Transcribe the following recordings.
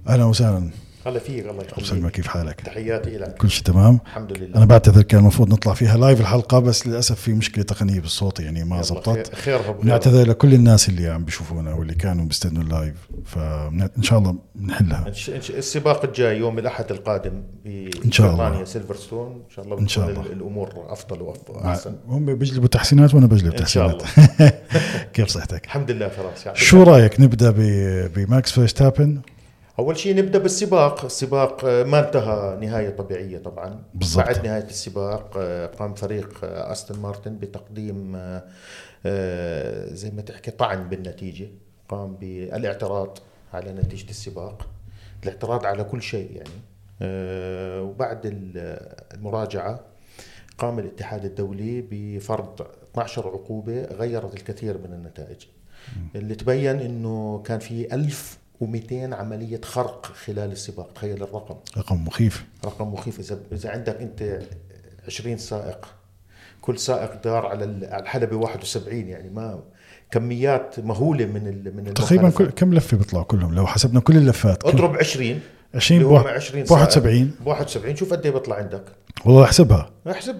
أهلا وسهلا. هلا فيك، الله سلمى، يخليك. كيف حالك؟ تحياتي لك. كل شيء تمام الحمد لله. أنا بعتذر، كان المفروض نطلع فيها لايف الحلقة بس للأسف في مشكلة تقنية بالصوت، يعني ما زبطت. خيرها بغيرها. نعتذر لكل الناس اللي عم بيشوفونا واللي كانوا بيستنوا اللايف، فإن شاء الله بنحلها. السباق الجاي يوم الأحد القادم إن شاء الله ببريطانيا سيلفرستون، إن شاء الله بتكون الأمور أفضل وأحسن. هم بيجلبوا تحسينات وأنا بجلب تحسينات. كيف صحتك؟ الحمد لله فراس. شو رأيك نبدأ بماكس فيرستابن؟ أول شيء نبدأ بالسباق. السباق ما انتهى نهاية طبيعية طبعا. بالضبط. بعد نهاية السباق قام فريق أستون مارتن بتقديم زي ما تحكي طعن بالنتيجة. قام بالاعتراض على نتيجة السباق، الاعتراض على كل شيء يعني. وبعد المراجعة قام الاتحاد الدولي بفرض 12 عقوبة غيرت الكثير من النتائج، اللي تبين انه كان في 1200 عملية خرق خلال السباق. تخيل الرقم، رقم مخيف. رقم مخيف. إذا عندك أنت 20 سائق، كل سائق دار على الحلبة 71، يعني ما كميات مهولة من تقريبا كم لفة بيطلعوا كلهم لو حسبنا كل اللفات؟ اضرب 20 71. شوف قد ايه بيطلع عندك. والله احسبها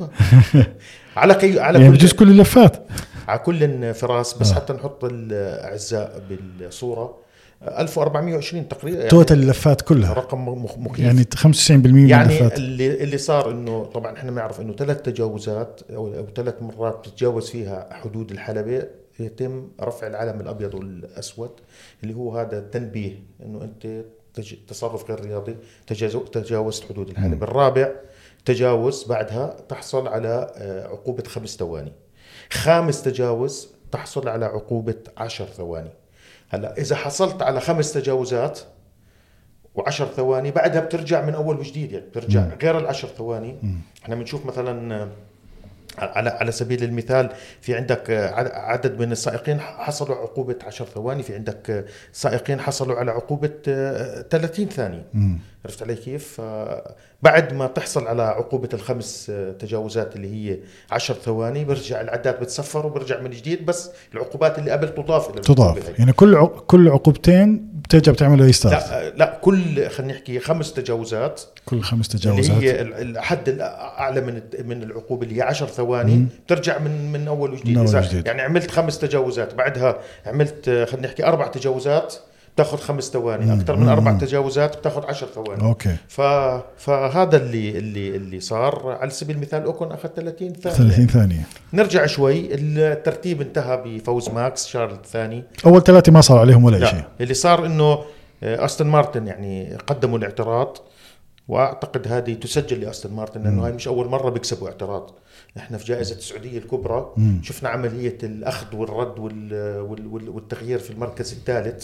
على يعني بجوز كل اللفات على كل فراس. بس حتى نحط الأعزاء بالصورة 1420 تقريبا توتال اللفات كلها. رقم مخيف يعني 95% من يعني اللفات. اللي صار انه طبعا احنا بنعرف انه 3 تجاوزات او 3 مرات بتتجاوز فيها حدود الحلبة يتم رفع العلم الابيض والاسود، اللي هو هذا التنبيه انه انت تصرف غير رياضي، تجاوزت حدود الحلبة. الرابع تجاوز بعدها تحصل على عقوبة 5 ثواني. 5 تجاوز تحصل على عقوبة 10 ثواني. هلا إذا حصلت على 5 تجاوزات و10 ثواني بعدها بترجع من أول وجديد، يعني بترجع غير 10 ثواني. احنا بنشوف مثلا على سبيل المثال في عندك عدد من السائقين حصلوا عقوبة 10 ثواني، في عندك سائقين حصلوا على عقوبة 30 ثانية. عرفت علي كيف؟ بعد ما تحصل على عقوبة 5 تجاوزات اللي هي 10 ثواني برجع العداد بتصفر وبرجع من جديد، بس العقوبات اللي قبل تضاف يعني كل عقوبتين بترجع بتعمل ريستارت. لا كل خلينا نحكي 5 تجاوزات، كل 5 تجاوزات اللي هي الحد الأعلى من العقوبة اللي هي 10 ثواني بترجع من أول وجديد. يعني عملت 5 تجاوزات بعدها عملت خلينا نحكي 4 تجاوزات بتاخذ 5 ثواني، أكثر من 4 تجاوزات بتاخذ 10 ثواني. أوكي. فهذا اللي صار. على سبيل المثال أوكون أخذ 30 ثانية. نرجع شوي، الترتيب انتهى بفوز ماكس شارل الثاني. أول 3 ما صار عليهم ولا شيء. اللي صار إنه أستون مارتن يعني قدموا الاعتراض، واعتقد هذه تسجل لاستون مارتن لانه هاي مش اول مره بيكسبوا اعتراض. احنا في جائزه السعوديه الكبرى شفنا عمليه الاخذ والرد والتغيير في المركز الثالث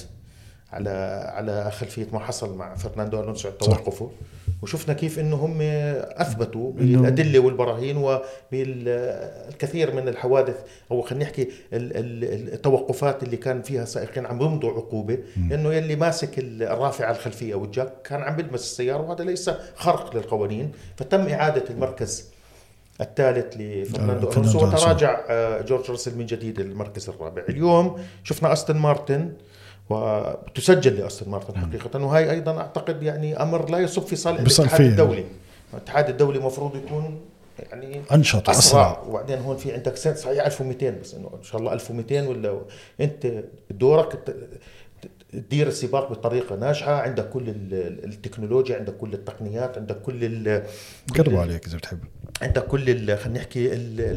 على خلفيه ما حصل مع فرناندو ألونسو توقفه، وشفنا كيف انه هم اثبتوا بالادله والبراهين وبالكثير من الحوادث، او خلينا نحكي التوقفات اللي كان فيها سائقين عم يمضوا عقوبه، انه يلي ماسك الرافعه الخلفيه او الجاك كان عم بلمس السياره، وهذا ليس خرق للقوانين. فتم اعاده المركز الثالث لفرناندو ألونسو، وتراجع جورج راسل من جديد المركز الرابع. اليوم شفنا أستون مارتن وتسجل لأستون مارتن حقيقة، وهي أيضا أعتقد يعني أمر لا يصب في صالح الاتحاد الدولي. الاتحاد الدولي مفروض يكون يعني أنشط أسرع. وبعدين هون في عندك صحيح 1200 بس إنه إن شاء الله 1200 ولا أنت دورك تدير السباق بطريقة ناجحة، عندك كل التكنولوجيا، عندك كل التقنيات، عندك كل قربوا عليك إذا بتحب، عندك كل خلينا نحكي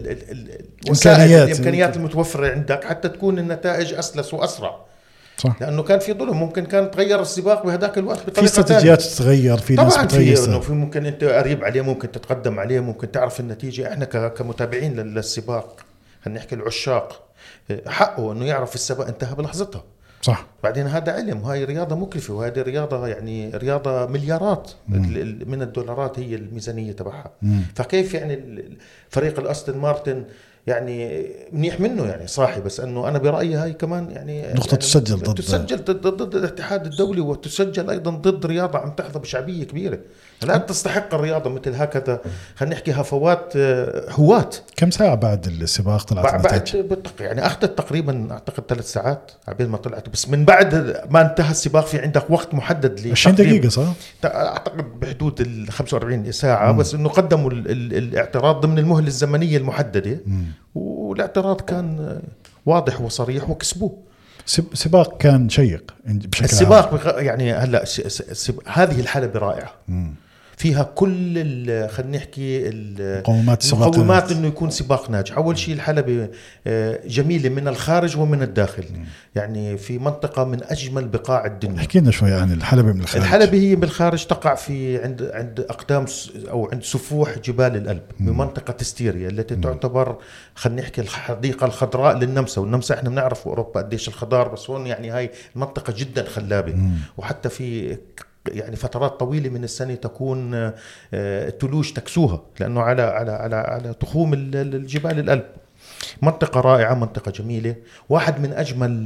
الإمكانيات المتوفرة عندك حتى تكون النتائج أسلس وأسرع. صح. لأنه كان في ظلم، ممكن كان تغير السباق بهداك الوقت بطريقة في استراتيجيات تتغير، في ناس بتغير إنه في ممكن أنت قريب عليه، ممكن تتقدم عليه، ممكن تعرف النتيجة. إحنا كمتابعين للسباق خلينا نحكي العشاق حقه إنه يعرف السباق انتهى بلحظتها. صح. بعدين هذا علم، وهي رياضة مكلفة، وهذه رياضة يعني رياضة مليارات من الدولارات هي الميزانية تبعها. فكيف يعني فريق الأستون مارتن يعني منيح منه يعني صاحي، بس انه انا برايي هاي كمان يعني نقطة يعني تسجل ضد الاتحاد الدولي، وتسجل ايضا ضد رياضه عم تحظى بشعبيه كبيره. لا تستحق الرياضه مثل هكذا، خلينا نحكي هفوات هواة. كم ساعه بعد السباق طلعت النتائج؟ يعني اخذت تقريبا اعتقد 3 ساعات عبين ما طلعت، بس من بعد ما انتهى السباق في عندك وقت محدد 20 دقيقه صح؟ اعتقد بحدود ال 45 ساعه. بس انه قدموا الاعتراض ضمن المهله الزمنيه المحدده، والاعتراض كان واضح وصريح وكسبوه. سباق كان شيق بشكل السباق يعني هلا هذه الحلبة رائعة، فيها كل خلينا نحكي المقومات انه يكون سباق ناجح. اول شيء الحلبة جميلة من الخارج ومن الداخل، يعني في منطقة من اجمل بقاع الدنيا. احكي لنا شوي عن الحلبة من الخارج. الحلبة هي بالخارج تقع في عند اقدام او عند سفوح جبال الألب بمنطقة تستيريا التي تعتبر خلينا نحكي الحديقة الخضراء للنمسا. والنمسا احنا بنعرف في اوروبا قديش الخضار، بس هون يعني هاي المنطقة جدا خلابة. وحتى في يعني فترات طويلة من السنة تكون الثلوج تكسوها لأنه على تخوم الجبال الألب. منطقة رائعة، منطقة جميلة. واحد من أجمل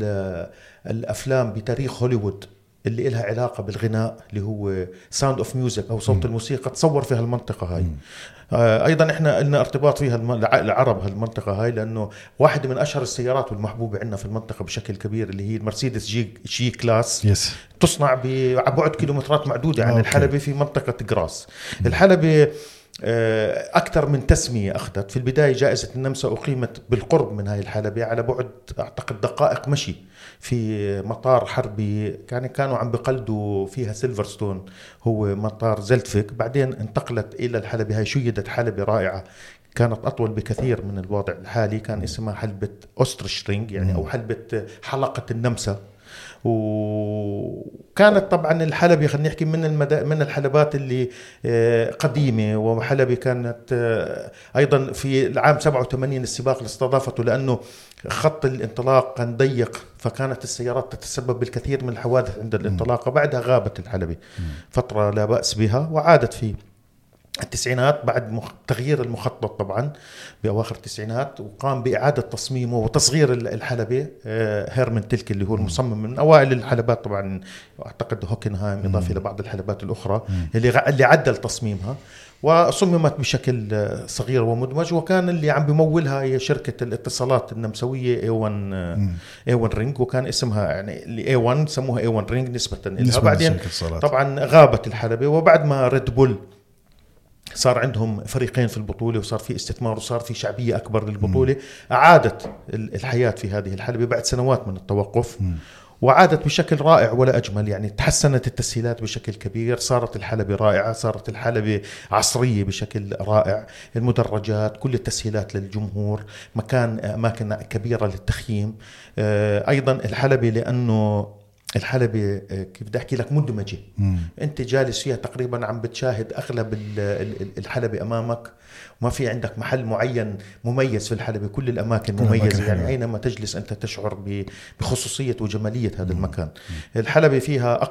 الأفلام بتاريخ هوليوود اللي إلها علاقة بالغناء اللي هو Sound of Music أو صوت الموسيقى تصور فيها المنطقة هاي. أيضا إحنا لنا ارتباط فيها العرب هالمنطقة هاي، لأنه واحدة من أشهر السيارات والمحبوبة عندنا في المنطقة بشكل كبير اللي هي المرسيدس جي كلاس تصنع بعد كيلومترات معدودة عن الحلبة في منطقة جراس. الحلبة أكثر من تسمية أخذت. في البداية جائزة النمسا أقيمت بالقرب من هاي الحلبة على بعد أعتقد دقائق مشي في مطار حربي كانوا عم بقلدوا فيها سيلفرستون، هو مطار زلتفيك. بعدين انتقلت إلى الحلبة هاي، شيدت حلبة رائعة كانت أطول بكثير من الوضع الحالي، كان اسمها حلبة أوسترشرينج يعني أو حلبة حلقة النمسا. وكانت طبعا الحلبة خلينا نحكي من الحلبات اللي قديمة، وحلبة كانت أيضا في العام 87 السباق اللي استضافته لأنه خط الانطلاق كان ضيق، فكانت السيارات تتسبب بالكثير من الحوادث عند الانطلاق. وبعدها غابت الحلبة فترة لا بأس بها، وعادت في التسعينات بعد تغيير المخطط طبعا بأواخر التسعينات، وقام بإعادة تصميمه وتصغير الحلبة. هيرمن تلك اللي هو المصمم من أوائل الحلبات طبعا، أعتقد هوكنهايم إضافة إلى بعض الحلبات الأخرى اللي عدل تصميمها وصممت بشكل صغير ومدمج. وكان اللي عم بمولها هي شركة الاتصالات النمساوية A1 رينج، وكان اسمها يعني اللي A1 سموها A1 رينج نسبة لها. بعدين طبعا غابت الحلبة، وبعد ما ريد بول صار عندهم فريقين في البطولة وصار في استثمار وصار في شعبية أكبر للبطولة، أعادت الحياة في هذه الحلبة بعد سنوات من التوقف، وعادت بشكل رائع ولا أجمل. يعني تحسنت التسهيلات بشكل كبير، صارت الحلبة رائعة، صارت الحلبة عصرية بشكل رائع. المدرجات، كل التسهيلات للجمهور، أماكن كبيرة للتخييم. أيضا الحلبة لأنه الحلبة كيف بدي أحكي لك مندمجة، أنت جالس فيها تقريبا عم بتشاهد أغلب الحلبة أمامك، وما في عندك محل معين مميز في الحلبة، كل الأماكن مميزة. يعني أينما تجلس أنت تشعر بخصوصية وجمالية هذا المكان. الحلبة فيها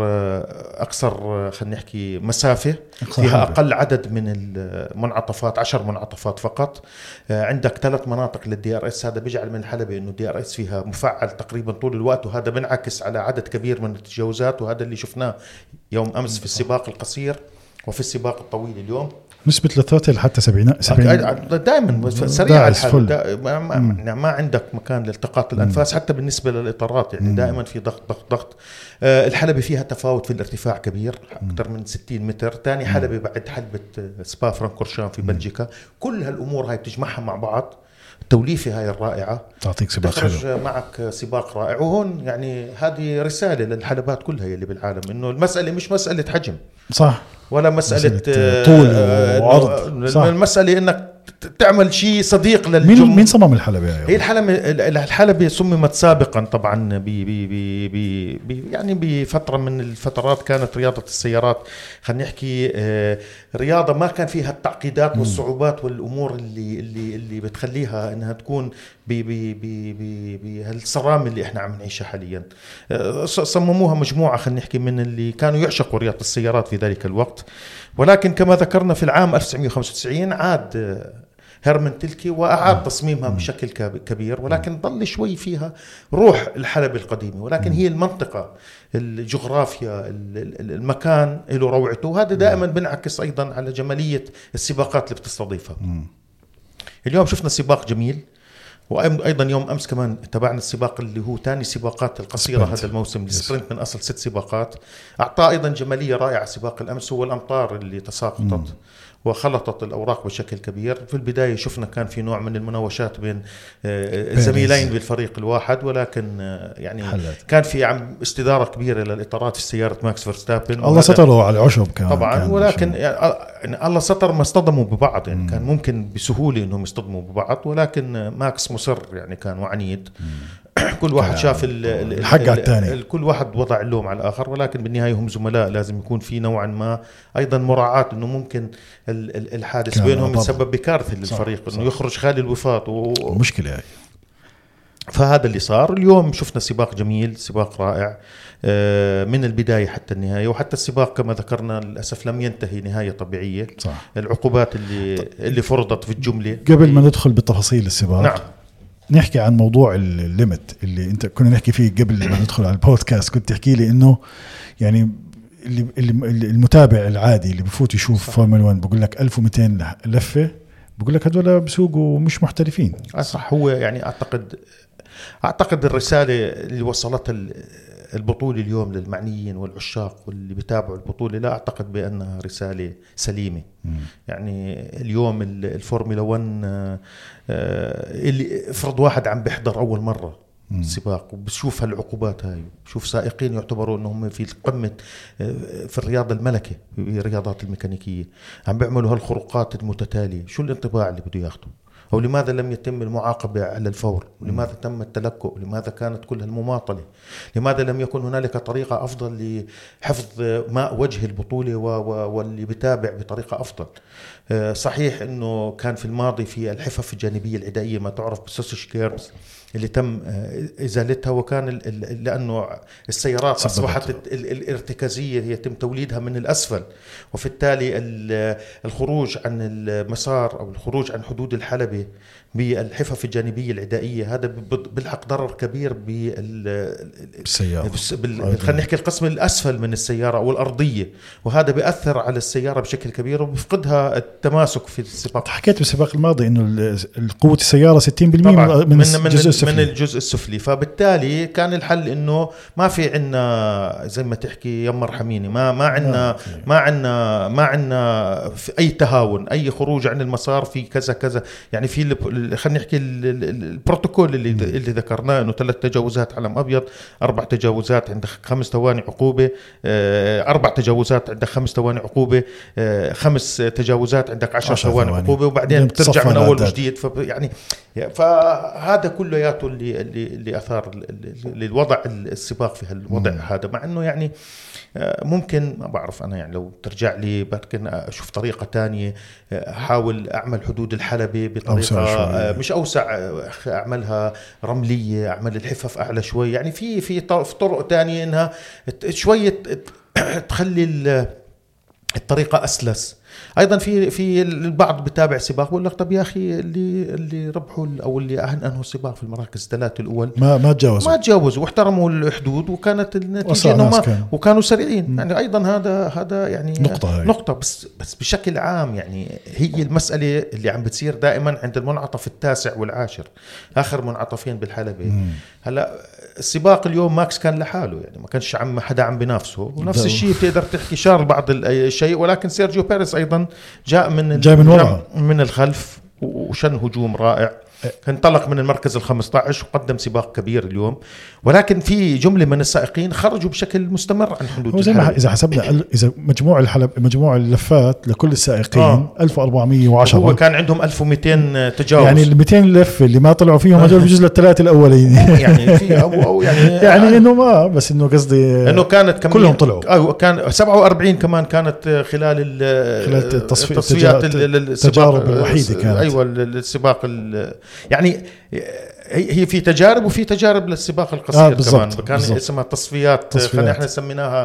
أقصر خلينا نحكي مسافة، فيها أقل عدد من المنعطفات، 10 منعطفات فقط. عندك 3 مناطق للDRS، هذا بيجعل من الحلبة إنه الDRS فيها مفعل تقريبا طول الوقت، وهذا بنعكس على عدد كبير من التجاوزات. وهذا اللي شفناه يوم أمس في السباق القصير وفي السباق الطويل اليوم. نسبة الثوتل حتى 70 دائما سريع الحال، ما عندك مكان لالتقاط الأنفاس حتى بالنسبة للإطارات، يعني دائما في ضغط. الحلبة فيها تفاوت في الارتفاع كبير، أكثر من 60 متر. تاني حلبة بعد حلبة سبا فرانكورشام في بلجيكا. كل هالأمور هاي بتجمعها مع بعض، التوليفة هاي الرائعة تعطيك سباق حلو، معك سباق رائع. وهون يعني هذه رسالة للحلبات كلها اللي بالعالم، إنه المسألة مش مسألة حجم صح، ولا مسألة طول وعرض، المسألة إنك تعمل شيء صديق للجمهور. مين صمم الحلبة؟ هي الحلبة صممت سابقا طبعا يعني بفترة من الفترات كانت رياضة السيارات خلينا نحكي رياضة ما كان فيها التعقيدات والصعوبات والأمور اللي بتخليها إنها تكون بهالصرامة اللي إحنا عم نعيشها حاليا. صمموها مجموعة خلينا نحكي من اللي كانوا يعشقوا رياضة السيارات في ذلك الوقت. ولكن كما ذكرنا في العام 1995 عاد هيرمن تلكي وأعاد تصميمها بشكل كبير، ولكن ضل شوي فيها روح الحلبة القديمة، ولكن هي المنطقة، الجغرافيا، المكان له روعته، وهذا دائما بنعكس أيضا على جمالية السباقات اللي بتستضيفها. اليوم شفنا سباق جميل، وأيضا يوم أمس كمان تابعنا السباق اللي هو تاني سباقات القصيرة هذا الموسم، السبرنت من أصل 6 سباقات. أعطى أيضا جمالية رائعة سباق الأمس، هو الأمطار اللي تساقطت وخلطت الأوراق بشكل كبير. في البداية شفنا كان في نوع من المناوشات بين الزميلين بالفريق الواحد، ولكن يعني كان في استدارة كبيرة للإطارات في سيارة ماكس فيرستابن. الله ستره على العشب طبعا، ولكن يعني الله ستر ما اصطدموا ببعض، يعني كان ممكن بسهولة إنهم يصطدموا ببعض، ولكن ماكس مصر يعني كان وعنيد. كل واحد شاف الحق على الثاني، كل واحد وضع اللوم على الآخر، ولكن بالنهاية هم زملاء، لازم يكون في نوعا ما أيضا مراعاة إنه ممكن الحادث بينهم يسبب بكارثة للفريق، إنه يخرج خالي الوفاط مشكلة هاي. فهذا اللي صار اليوم. شفنا سباق جميل، سباق رائع من البداية حتى النهاية، وحتى السباق كما ذكرنا للأسف لم ينتهي نهاية طبيعية. صح. العقوبات اللي فرضت في الجملة. قبل ما ندخل بتفاصيل السباق، نعم، نحكي عن موضوع الليمت اللي انت كنا نحكي فيه قبل ما ندخل على البودكاست. كنت تحكي لي انه يعني المتابع العادي اللي بفوت يشوف فورمولا 1 بقول لك 1200 لفة، بقول لك هذول بسوقوا مش محترفين. صح. هو يعني أعتقد الرسالة اللي وصلتها البطولة اليوم للمعنيين والعشاق واللي بيتابعوا البطولة، لا أعتقد بأنها رسالة سليمة. يعني اليوم الفورمولا 1 اللي افرض واحد عم بيحضر أول مرة السباق وبشوف هالعقوبات هاي، بشوف سائقين يعتبروا أنهم في القمة في الرياضة الملكة، في الرياضات الميكانيكية، عم بيعملوا هالخروقات المتتالية. شو الانطباع اللي بده ياخده؟ أو لماذا لم يتم المعاقبة على الفور؟ ولماذا تم التلكؤ؟ لماذا كانت كل المماطلة؟ لماذا لم يكن هنالك طريقة أفضل لحفظ ماء وجه البطولة واللي بتابع بطريقة أفضل؟ صحيح أنه كان في الماضي في الحفف الجانبية العدائية ما تعرف بالسوسج كيربس اللي تم إزالتها، وكان لأنه السيارات أصبحت الارتكازية يتم توليدها من الأسفل، وفي الخروج عن المسار أو الخروج عن حدود الحلبة بالحفف الجانبية العدائية هذا بيلحق ضرر كبير بالسيارة، خلينا نحكي القسم الأسفل من السيارة أو الأرضية، وهذا بيأثر على السيارة بشكل كبير وبيفقدها التماسك في السباق. حكيت بالسباق الماضي إنه قوة السيارة 60% من الجزء السفلي، فبالتالي كان الحل إنه ما في عنا زي ما تحكي يمر حميني، ما عنا في أي تهاون، أي خروج عن المسار في كذا كذا. يعني في خلينا نحكي البروتوكول اللي ذكرناه إنه 3 تجاوزات علم أبيض، 4 تجاوزات عندك 5 ثواني عقوبة، 4 تجاوزات عندك 5 ثواني عقوبة، 5 تجاوزات عندك 10 ثواني عقوبة، وبعدين ترجع من أول وجديد. يعني فهذا كله ياتو اللي أثار للوضع السباق في هالوضع هذا، مع إنه يعني ممكن ما بعرف أنا، يعني لو ترجع لي ممكن أشوف طريقة تانية، أحاول أعمل حدود الحلبة بطريقة مش أوسع، أعملها رملية، أعمل الحفف أعلى شوي، يعني في طرق تانية إنها شوية تخلي الطريقة أسلس. ايضا في البعض بتابع سباق بقول لك طب يا اخي اللي ربحوا او اللي انهوا السباق في المراكز 3 الاول ما تجاوزوا واحترموا الحدود، وكانت النتيجه انهم وكانوا سريعين. يعني ايضا هذا يعني نقطه بس بشكل عام، يعني هي المساله اللي عم بتصير دائما عند المنعطف 9 والعاشر، اخر منعطفين بالحلبة. هلا السباق اليوم ماكس كان لحاله، يعني ما كانش حدا عم بنافسه، ونفس الشيء بتقدر تحكي شارل بعض الشيء، ولكن سيرجيو بيريز ايضا جاء من الخلف وشن هجوم رائع، انطلق من المركز 15 وقدم سباق كبير اليوم. ولكن في جملة من السائقين خرجوا بشكل مستمر عن حدود الحلبة. إذا حسبنا إذا مجموع اللفات لكل السائقين 1410، هو كان عندهم 1200 تجاوز، يعني ال 200 لفة اللي ما طلعوا فيهم هذول بجوز للثلاث الأولين يعني في أو يعني إنه ما بس إنه قصدي إنه كانت كلهم طلعوا. كان 47 كمان كانت خلال التصفيات التجارب الوحيدة كانت. أيوة السباق يعني هي في تجارب وفي تجارب للسباق القصير كمان كان بالزبط. اسمها تصفيات. خلينا احنا سميناها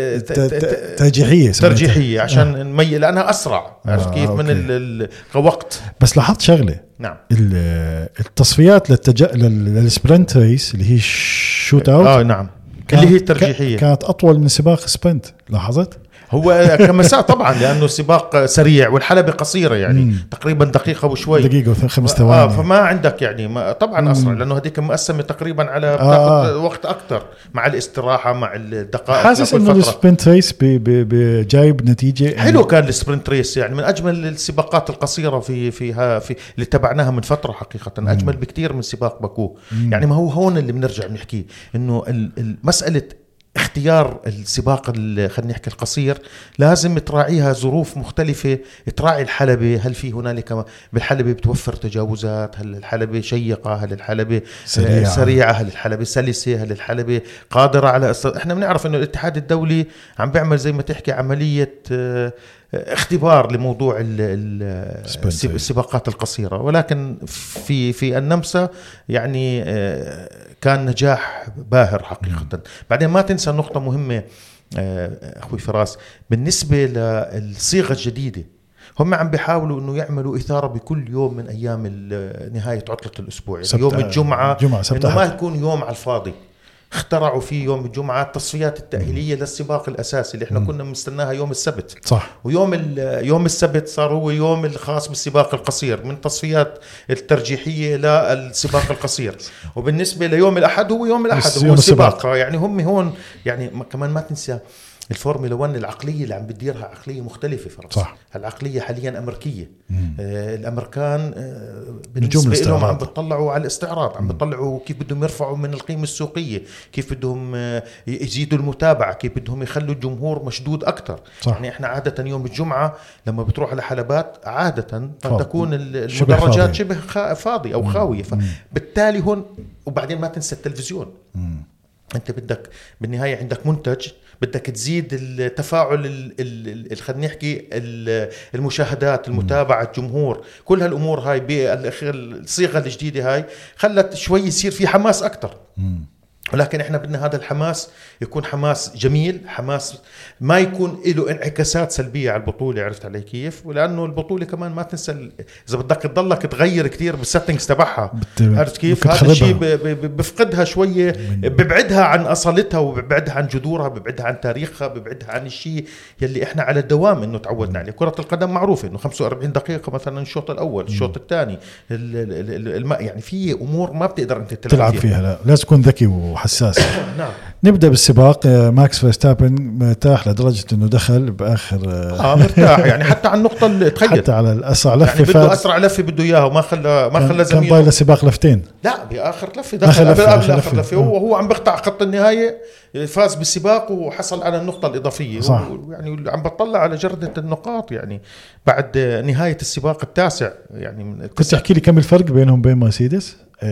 ترجيحية عشان نميل لأنها أسرع. عرفت كيف من كوقت. بس لاحظت شغلة. نعم. التصفيات للسبرنت ريس اللي هي شوت اوت. نعم. اللي هي الترجيحية كانت أطول من سباق سبرنت. لاحظت؟ هو كمساء طبعا لأنه سباق سريع والحلبة قصيرة يعني تقريبا دقيقة وشوي. دقيقة و5 ثواني. فما عندك يعني طبعا أسرع لأنه هذيك مقسمة تقريبا على بتاخد وقت أكتر مع الاستراحة مع الدقائق. حاسس إنه السبرنت ريس جايب نتيجة حلو. كان السبرنت ريس يعني من أجمل السباقات القصيرة في اللي تبعناها من فترة حقيقة. أجمل بكتير من سباق باكو. يعني ما هو هون اللي بنرجع بنحكي إنه المسألة اختيار السباق خلينا نحكي القصير لازم تراعيها ظروف مختلفة. تراعي الحلبة، هل في هنالك بالحلبة بتوفر تجاوزات، هل الحلبة شيقة، هل الحلبة سريعة، هل الحلبة سلسة، هل الحلبة قادرة على احنا بنعرف انه الاتحاد الدولي عم بيعمل زي ما تحكي عملية اختبار لموضوع السباقات القصيرة. ولكن في النمسا يعني كان نجاح باهر حقيقة. بعدين ما تنسى نقطة مهمة أخوي فراس بالنسبة للصيغة الجديدة. هم عم بيحاولوا إنه يعملوا إثارة بكل يوم من أيام نهاية عطلة الأسبوع. يوم الجمعة إنه ما يكون يوم على الفاضي. اخترعوا فيه يوم الجمعة التصفيات التأهيلية للسباق الأساسي اللي احنا كنا مستناها يوم السبت. صح. يوم السبت صار هو يوم الخاص بالسباق القصير من تصفيات الترجيحية للسباق القصير. وبالنسبة ليوم الأحد هو يوم الأحد هو السباق. يعني هم هون يعني كمان ما تنسى الفورمولا 1 العقلية اللي عم بتديرها عقلية مختلفة فرص. صح. العقلية حاليا أمريكية. الأمريكان بالنسبة لهم عم بتطلعوا على الاستعراض. عم بتطلعوا كيف بدهم يرفعوا من القيمة السوقية، كيف بدهم يزيدوا المتابعة، كيف بدهم يخلوا الجمهور مشدود أكتر. صح. يعني إحنا عادة يوم الجمعة لما بتروح على حلبات عادة تكون المدرجات شبه فاضي أو خاوية. فبالتالي هون وبعدين ما تنسى التلفزيون. أنت بدك بالنهاية عندك منتج بدك تزيد التفاعل خلينا نحكي المشاهدات، المتابعة، الجمهور، كل هالأمور هاي بالصيغة الجديدة هاي خلت شوي يصير في حماس أكتر. ولكن احنا بدنا هذا الحماس يكون حماس جميل، حماس ما يكون له انعكاسات سلبية على البطولة. عرفت علي كيف؟ ولأنه البطولة كمان ما تنسى إذا بدك تضلك تغير كتير بالسيتنجز تبعها. عرفت كيف؟ هذا الشيء بفقدها شوية، ببعدها عن أصالتها وببعدها عن جذورها، ببعدها عن تاريخها، ببعدها عن الشيء يلي احنا على الدوام انه تعودنا عليه. كرة القدم معروفة انه 45 دقيقة مثلا الشوط الأول، الشوط الثاني، يعني في أمور ما بتقدر انت تلعب فيها. لا لازم تكون ذكي حساس. نعم. نبدأ بالسباق. ماكس فيرستابن مرتاح لدرجة انه دخل باخر مرتاح يعني حتى على النقطة اللي تخيل حتى على الاسرع لفة يعني بده اسرع لفة بده اياها وما خلى زميله. كان ضايل سباق لفتين. لا باخر لفة دخل قبل اخر لفة وهو عم بقطع خط النهاية، فاز بالسباق وحصل على النقطة الإضافية. يعني عم بطلع على جردة النقاط يعني بعد نهاية السباق التاسع. يعني كنت تحكي لي كم الفرق بينهم بين مرسيدس؟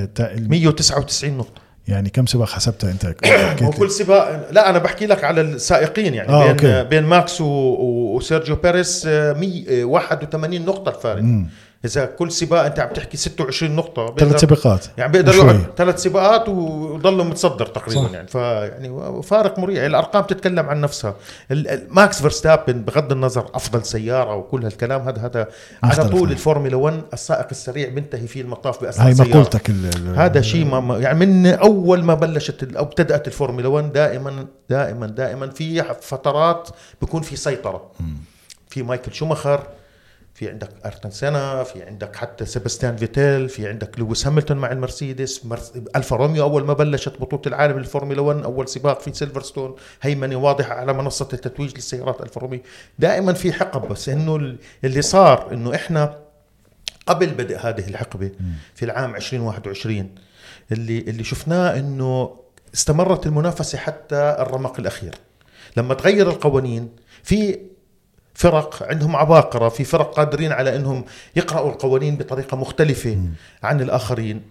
199 نقطة. يعني كم سباق حسبتها انت؟ وكل سباق لا انا بحكي لك على السائقين يعني بين ماكس وسيرجيو بيريز 181 نقطة الفارق. إذا كل سباق أنت عم تحكي 26 نقطة 3 سباقات يعني بيقدر يقعد 3 سباقات ويضلوا متصدر تقريبا. يعني يعني فارق مريع. الأرقام تتكلم عن نفسها. ماكس فيرستابن بغض النظر أفضل سيارة وكل هالكلام هذا على طول الفورمولا 1 السائق السريع بنتهي فيه المطاف بأسرع هاي سيارة. مقولتك هذا شيء يعني من أول ما بلشت أو ابتدأت الفورمولا 1 دائما في فترات بيكون في سيطرة. في مايكل شوماخر، في عندك أرتن سينا، في عندك حتى سيباستيان فيتيل، في عندك لويس هاملتون مع المرسيدس، ألفا روميو أول ما بلشت بطولة العالم للفورمولا 1 أول سباق في سيلفرستون، هيمنة واضحة على منصة التتويج للسيارات ألفا روميو. دائما في حقب. بس إنه اللي صار إنه إحنا قبل بدء هذه الحقبة في العام 2021 اللي شفناه إنه استمرت المنافسة حتى الرمق الأخير. لما تغير القوانين في فرق عندهم عباقرة، في فرق قادرين على أنهم يقرأوا القوانين بطريقة مختلفة عن الآخرين.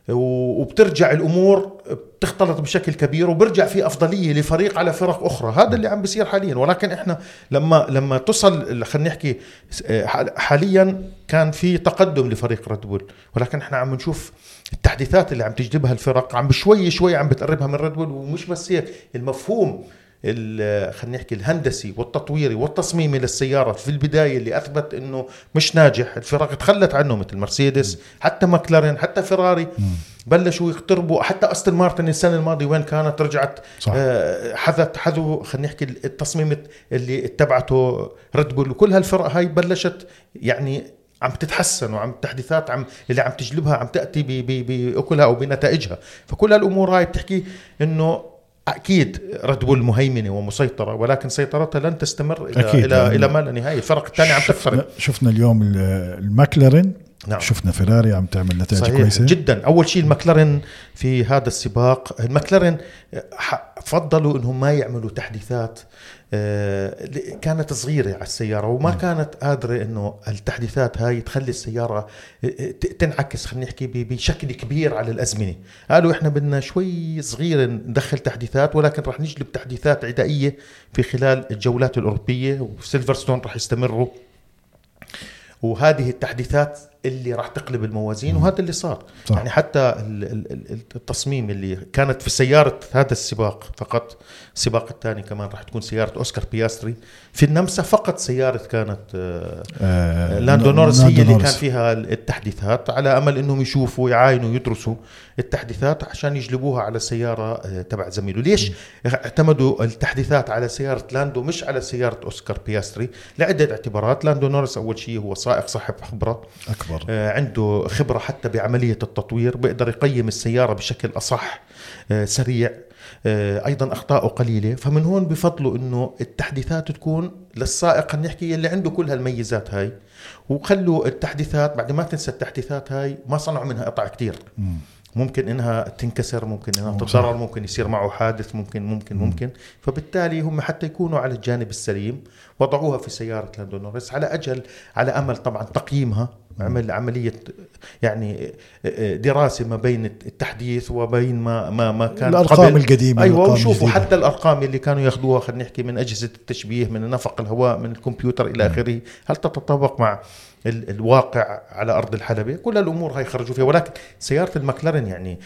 وبترجع الأمور بتختلط بشكل كبير، وبرجع في أفضلية لفريق على فرق أخرى. هذا اللي عم بيصير حاليا. ولكن إحنا لما تصل، خلينا نحكي حاليا كان في تقدم لفريق ريد بول، ولكن إحنا عم نشوف التحديثات اللي عم تجذبها الفرق عم بشوي شوي عم بتقربها من ريد بول. ومش بس هيك، المفهوم خلينا نحكي الهندسي والتطويري والتصميمي للسيارة في البداية اللي أثبت إنه مش ناجح، الفرق تخلت عنه مثل مرسيدس، حتى ماكلارين، حتى فيراري بلشوا يقتربوا. حتى أستون مارتن السنة الماضية وين كانت رجعت حذو خلينا نحكي التصميم اللي اتبعته ريد بول. وكل هالفرق هاي بلشت يعني عم تتحسن، وعم تحديثات اللي عم تجلبها عم تأتي بأكلها أو بنتائجها. فكل هالأمور هاي بتحكي إنه أكيد ريد بول مهيمنة ومسيطرة، ولكن سيطرتها لن تستمر إلى ما لا نهاية. الفرق الثانية عم تفرق. شفنا اليوم الماكلارين، نعم. شفنا فيراري عم تعمل نتائج كويسة جدا. أول شيء الماكلارين في هذا السباق، الماكلارين فضلوا إنهم ما يعملوا تحديثات كانت صغيرة على السيارة، وما كانت قادرة إنه التحديثات هاي تخلي السيارة تنعكس خلينا نحكي بشكل كبير على الأزمنة. قالوا إحنا بدنا شوي صغيرة ندخل تحديثات، ولكن رح نجلب تحديثات عدائية في خلال الجولات الأوروبية، وفي سيلفرستون رح يستمروا. وهذه التحديثات اللي راح تقلب الموازين، وهذا اللي صار. صح. يعني حتى التصميم اللي كانت في سيارة هذا السباق فقط، السباق الثاني كمان راح تكون سيارة أوسكار بياستري. في النمسا فقط سيارة كانت لاندو نورس هي اللي كان فيها التحديثات، على أمل أنهم يشوفوا يعاينوا يدرسوا التحديثات عشان يجلبوها على سيارة تبع زميله. ليش اعتمدوا التحديثات على سيارة لاندو مش على سيارة أوسكار بياستري؟ لعدة اعتبارات. لاندو نورس أول شيء هو سائق صاحب خبرة أكبر، عنده خبرة حتى بعملية التطوير، بيقدر يقيم السيارة بشكل أصح، سريع، أيضا أخطاءه قليلة. فمن هون بفضلوا إنه التحديثات تكون للسائق نحكي اللي عنده كل هالميزات هاي، وخلوا التحديثات بعد ما تنسى التحديثات هاي ما صنعوا منها قطع كتير. ممكن إنها تنكسر، ممكن إنها تتضرر، ممكن يصير معه حادث، ممكن. فبالتالي هم حتى يكونوا على الجانب السليم وضعوها في سيارة لاندو نورس على أمل طبعا تقييمها، عمل عملية يعني دراسة ما بين التحديث وبين ما كان الأرقام قبل القديمة. أيوة، وشوفوا حتى الأرقام اللي كانوا ياخدوها خلينا نحكي من أجهزة التشبيه، من نفق الهواء، من الكمبيوتر إلى آخره، هل تتطابق مع الواقع على أرض الحلبة. كل الأمور هاي خرجوا فيها. ولكن سيارة الماكلارين يعني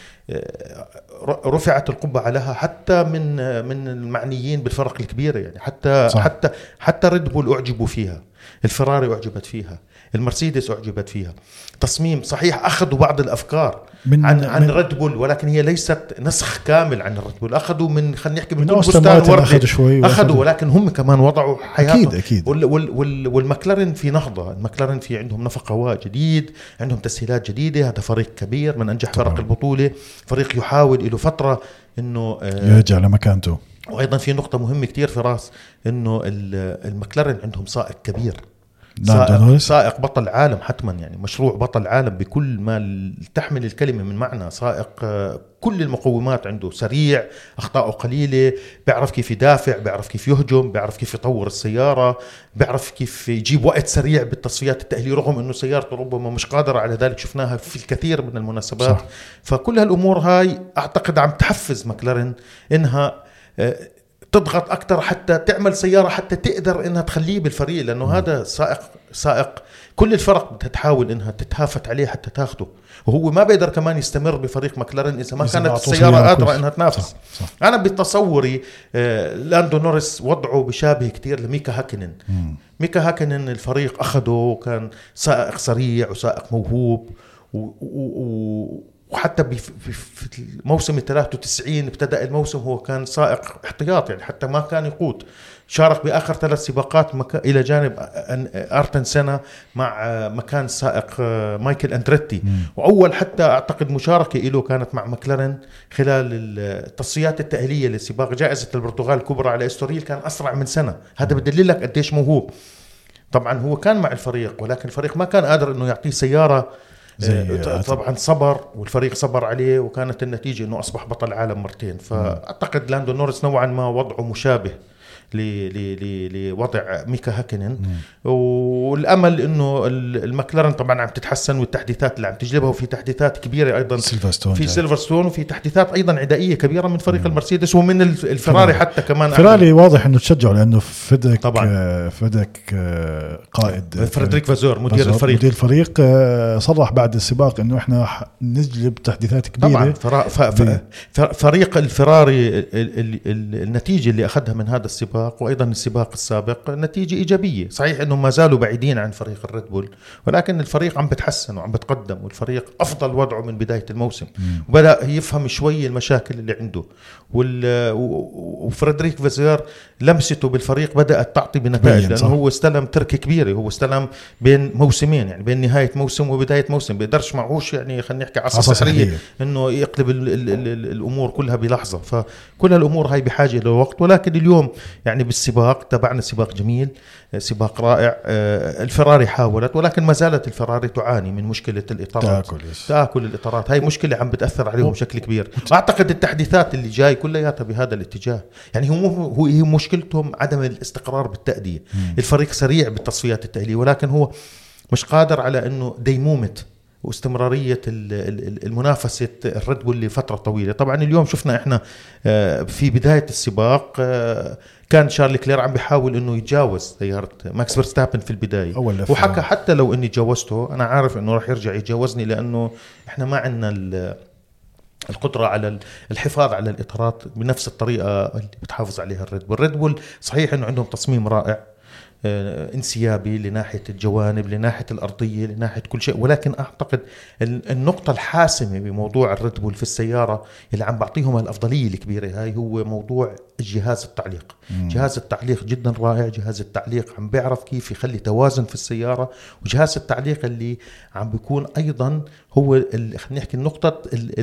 رفعت القبعة عليها حتى من المعنيين بالفرق الكبيرة، يعني حتى ريد بول أعجبوا فيها، الفراري أعجبت فيها، المرسيدس أعجبت فيها. تصميم صحيح أخذوا بعض الأفكار عن ريد بول، ولكن هي ليست نسخ كامل عن ريد بول. أخذوا من خلينا نحكي من بستان وردي، أخذوا ولكن هم كمان وضعوا حياتهم. أكيد. والماكلارين في نهضة، الماكلارين في عندهم نفق هواء جديد، عندهم تسهيلات جديدة. هذا فريق كبير من أنجح فرق البطولة، فريق يحاول له فترة إنه يرجع لمكانته. وأيضا في نقطة مهمة كتير في راس، إنه الماكلارين عندهم سائق كبير، سائق بطل عالم حتما، يعني مشروع بطل عالم بكل ما تحمل الكلمة من معنى. سائق كل المقومات عنده، سريع، أخطاءه قليلة، بيعرف كيف يدافع، بيعرف كيف يهجم، بيعرف كيف يطور السيارة، بيعرف كيف يجيب وقت سريع بالتصفيات التأهيلية، رغم أنه سيارته ربما مش قادرة على ذلك، شفناها في الكثير من المناسبات. صح. فكل هالأمور هاي أعتقد عم تحفز ماكلارين إنها تضغط أكتر حتى تعمل سيارة حتى تقدر إنها تخليه بالفريق، لأنه هذا سائق كل الفرق بتحاول إنها تتهافت عليه حتى تاخده، وهو ما بيقدر كمان يستمر بفريق ماكلارين إذا ما كانت السيارة قادرة إنها تنافس. صح. أنا بتصوري لاندو نورس وضعه بشابه كتير لميكا هاكنن. ميكا هاكنن الفريق أخده وكان سائق سريع وسائق موهوب، وحتى في الموسم 93 ابتدأ الموسم هو كان سائق احتياط، يعني حتى ما كان يقود. شارك بآخر 3 سباقات إلى جانب أرتن سنة مع مكان سائق مايكل أندريتي. وأول حتى أعتقد مشاركة له كانت مع ماكلارين خلال التصفيات التأهيلية لسباق جائزة البرتغال الكبرى على استوريل، كان أسرع من سنة. هذا بدليل لك قديش موهوب. طبعا هو كان مع الفريق، ولكن الفريق ما كان قادر إنه يعطيه سيارة. طبعا صبر، والفريق صبر عليه، وكانت النتيجة إنه أصبح بطل عالم مرتين. فأعتقد لاندو نورس نوعا ما وضعه مشابه لوضع ميكا هاكنن، والامل انه المكلارن طبعا عم تتحسن، والتحديثات اللي عم تجلبها، وفي تحديثات كبيره ايضا في سيلفرستون، وفي تحديثات ايضا عدائيه كبيره من فريق المرسيدس ومن الفراري حتى كمان. فراري واضح انه تشجعوا لانه فدك قائد فريدريك فازور مدير الفريق صرح بعد السباق انه احنا نجلب تحديثات كبيره. طبعا فريق الفراري النتيجه اللي اخذها من هذا السباق وايضا السباق السابق نتيجه ايجابيه. صحيح انهم ما زالوا بعيدين عن فريق الريد بول، ولكن الفريق عم بتحسن وعم بتقدم، والفريق افضل وضعه من بدايه الموسم، وبدا يفهم شوي المشاكل اللي عنده. وفريدريك فازور لمسته بالفريق بدات تعطي بنتائج، لانه هو استلم تركه كبيره، هو استلم بين موسمين، يعني بين نهايه موسم وبدايه موسم، بيقدرش معهوش يعني خلينا نحكي عصا سحريه انه يقلب الامور كلها بلحظه. فكل هالامور هاي بحاجه لوقت، ولكن اليوم يعني بالسباق تبعنا سباق جميل، سباق رائع. الفراري حاولت، ولكن ما زالت الفراري تعاني من مشكله الاطارات، تاكل الاطارات. هاي مشكله عم بتاثر عليهم بشكل كبير. واعتقد التحديثات اللي جاي كلياتها بهذا الاتجاه. يعني هي مشكلتهم عدم الاستقرار بالتأدية. الفريق سريع بالتصفيات التأهيلية، ولكن هو مش قادر على انه ديمومة واستمرارية المنافسة الريد بول لفترة طويلة. طبعا اليوم شفنا احنا في بداية السباق كان شارل كلير عم بيحاول انه يتجاوز سيارة ماكس فيرستابن في البداية، وحكى حتى لو اني جاوزته انا عارف انه راح يرجع يتجاوزني، لانه احنا ما عندنا القدرة على الحفاظ على الإطارات بنفس الطريقة اللي بتحافظ عليها الريد بول. صحيح أنه عندهم تصميم رائع انسيابي لناحية الجوانب، لناحية الأرضية، لناحية كل شيء، ولكن أعتقد النقطة الحاسمة بموضوع الريد بول في السيارة اللي عم بعطيهم الأفضلية الكبيرة هاي هو موضوع جهاز التعليق. جهاز التعليق جدا رائع. جهاز التعليق عم بيعرف كيف يخلي توازن في السيارة، وجهاز التعليق اللي عم بيكون أيضا هو خلينا نحكي النقطة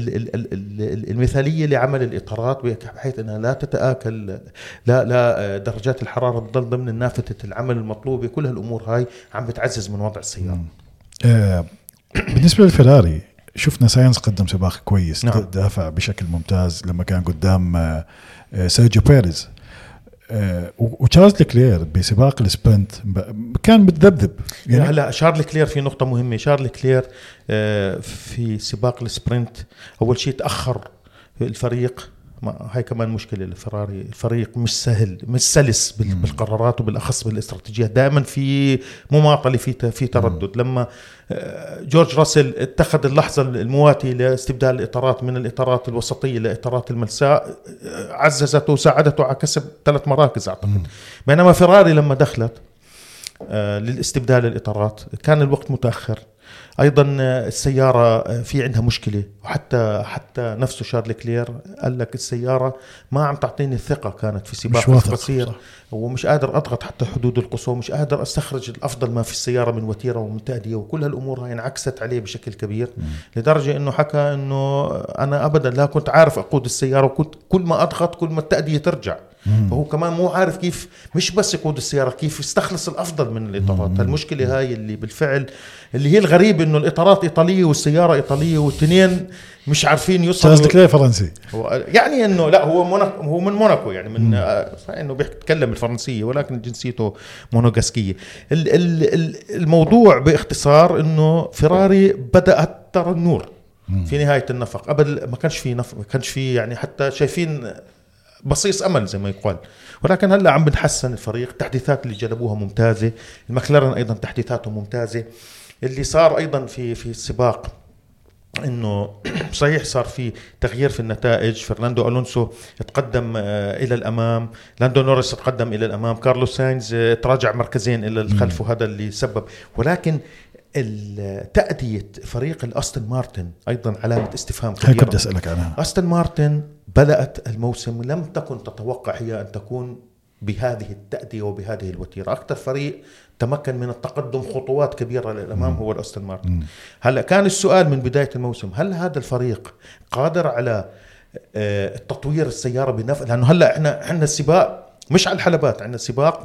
المثالية لعمل الإطارات، بحيث أنها لا تتآكل، لا درجات الحرارة بتضل ضمن النافذة العمل المطلوبة. كل هالأمور هاي عم بتعزز من وضع السيارة. بالنسبة للفراري شفنا ساينس قدم سباق كويس. نعم. دافع بشكل ممتاز لما كان قدام سيرجيو بيريز. وتشارلز لكلير بسباق السبرنت كان متذبذب. يعني هلا شارل كلير في نقطة مهمة. شارل كلير في سباق السبرنت أول شيء تأخر الفريق. هاي كمان مشكلة للفراري. الفريق مش سهل، مش سلس بالقرارات، وبالأخص بالاستراتيجيات. دائما في مماطلة، في تردد. لما جورج راسل اتخذ اللحظة المواتية لاستبدال الإطارات من الإطارات الوسطية لإطارات الملساء، عززته وساعدته على كسب 3 مراكز أعتقد. بينما فراري لما دخلت للاستبدال الإطارات كان الوقت متأخر. ايضا السياره في عندها مشكله، وحتى نفسه شارل كلير قال لك السياره ما عم تعطيني الثقه. كانت في سباق قصير ومش قادر اضغط حتى حدود القصوى، مش قادر استخرج الافضل ما في السياره من وتيره ومن تأدية، وكل هالامور هاي انعكست عليه بشكل كبير. لدرجه انه حكى انه انا ابدا لا كنت عارف اقود السياره، وكنت كل ما اضغط كل ما التأدية ترجع. فهو كمان مو عارف كيف مش بس يقود السياره، كيف يستخلص الافضل من الاطارات. المشكله هاي اللي بالفعل اللي هي الغريب، انه الاطارات ايطاليه والسياره ايطاليه، والاثنين مش عارفين يوصلوا. قصدك ليه فرنسي؟ يعني انه لا، هو من موناكو، يعني من انه بيتكلم الفرنسيه ولكن جنسيته مونوغاسكيه. الموضوع باختصار انه فراري بدات ترى النور في نهايه النفق. قبل ما كانش في نفق، ما كانش في يعني حتى شايفين بصيص امل زي ما يقال، ولكن هلا عم بنحسن الفريق. التحديثات اللي جلبوها ممتازه. المكلارن ايضا تحديثاته ممتازه. اللي صار ايضا في السباق انه صحيح صار في تغيير في النتائج. فرناندو ألونسو تقدم الى الامام، لاندو نوريس تقدم الى الامام، كارلوس ساينز تراجع مركزين الى الخلف، وهذا اللي سبب. ولكن تأدية فريق الأستون مارتن أيضا علامة استفهام كبيرة. بدي أسألك عنها. أستون مارتن بدأت الموسم لم تكن تتوقع هي أن تكون بهذه التأدية وبهذه الوتيرة. أكثر فريق تمكن من التقدم خطوات كبيرة للأمام هو الأستون مارتن. هلأ كان السؤال من بداية الموسم، هل هذا الفريق قادر على تطوير السيارة بنفسه؟ لأنه هلأ إحنا السباق مش على الحلبات، عندنا سباق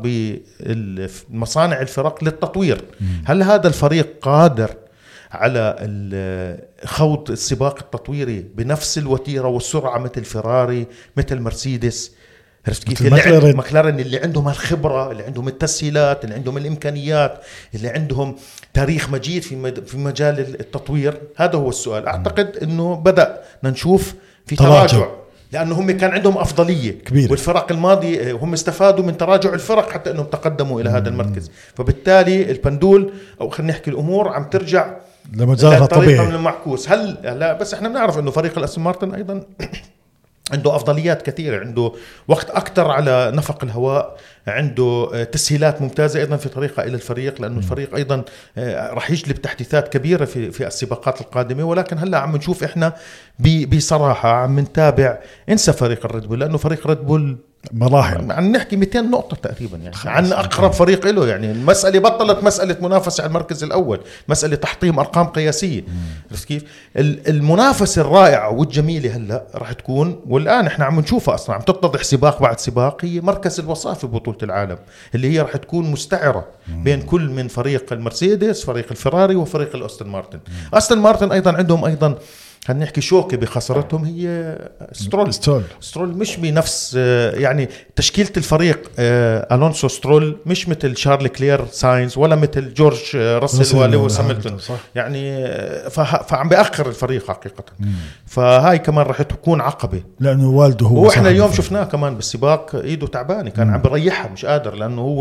بمصانع الفرق للتطوير. هل هذا الفريق قادر على خوض السباق التطويري بنفس الوتيرة والسرعة مثل فيراري مثل مرسيدس؟ عرفت كيف؟ ماكلارين اللي عندهم الخبرة، اللي عندهم التسهيلات، اللي عندهم الإمكانيات، اللي عندهم تاريخ مجيد في مجال التطوير. هذا هو السؤال. أعتقد أنه بدأ نشوف في تراجع، لأنه هم كان عندهم أفضلية كبيرة، والفرق الماضي هم استفادوا من تراجع الفرق حتى أنهم تقدموا إلى هذا المركز. فبالتالي البندول، أو خلينا نحكي الأمور عم ترجع لمجالها طبيعي من المعكوس. لا بس احنا بنعرف أنه فريق الأستون مارتن أيضا عنده أفضليات كثيرة، عنده وقت أكتر على نفق الهواء، عنده تسهيلات ممتازة أيضا في طريقة إلى الفريق، لأنه الفريق أيضا رح يجلب تحديثات كبيرة في السباقات القادمة. ولكن هلأ عم نشوف إحنا بصراحة عم نتابع، انسى فريق الريد بول، لأنه فريق الريد بول مراحل، عن نحكي 200 نقطة تقريبا يعني عن أقرب فريق له. يعني المسألة بطلت مسألة منافسة على المركز الأول، مسألة تحطيم أرقام قياسية. كيف المنافسة الرائعة والجميلة هلأ راح تكون، والآن إحنا عم نشوفها أصلا عم تتضح سباق بعد سباق، هي مركز الوصاف في بطولة العالم، اللي هي راح تكون مستعرة بين كل من فريق المرسيدس، فريق الفراري، وفريق الأستون مارتن. أستون مارتن أيضا عندهم أيضا خلينا نحكي شوكة بخسارتهم، هي سترول مش بنفس يعني تشكيلة الفريق. ألونسو سترول مش مثل شارل كلير ساينز، ولا مثل جورج راسل ولويس هاملتون يعني، فعم بيأخر الفريق حقيقة. فهاي كمان رح تكون عقبة، لأنه والده هو، وإحنا اليوم شفناه كمان بالسباق إيده تعبانة، كان عم بريحها مش قادر، لأنه هو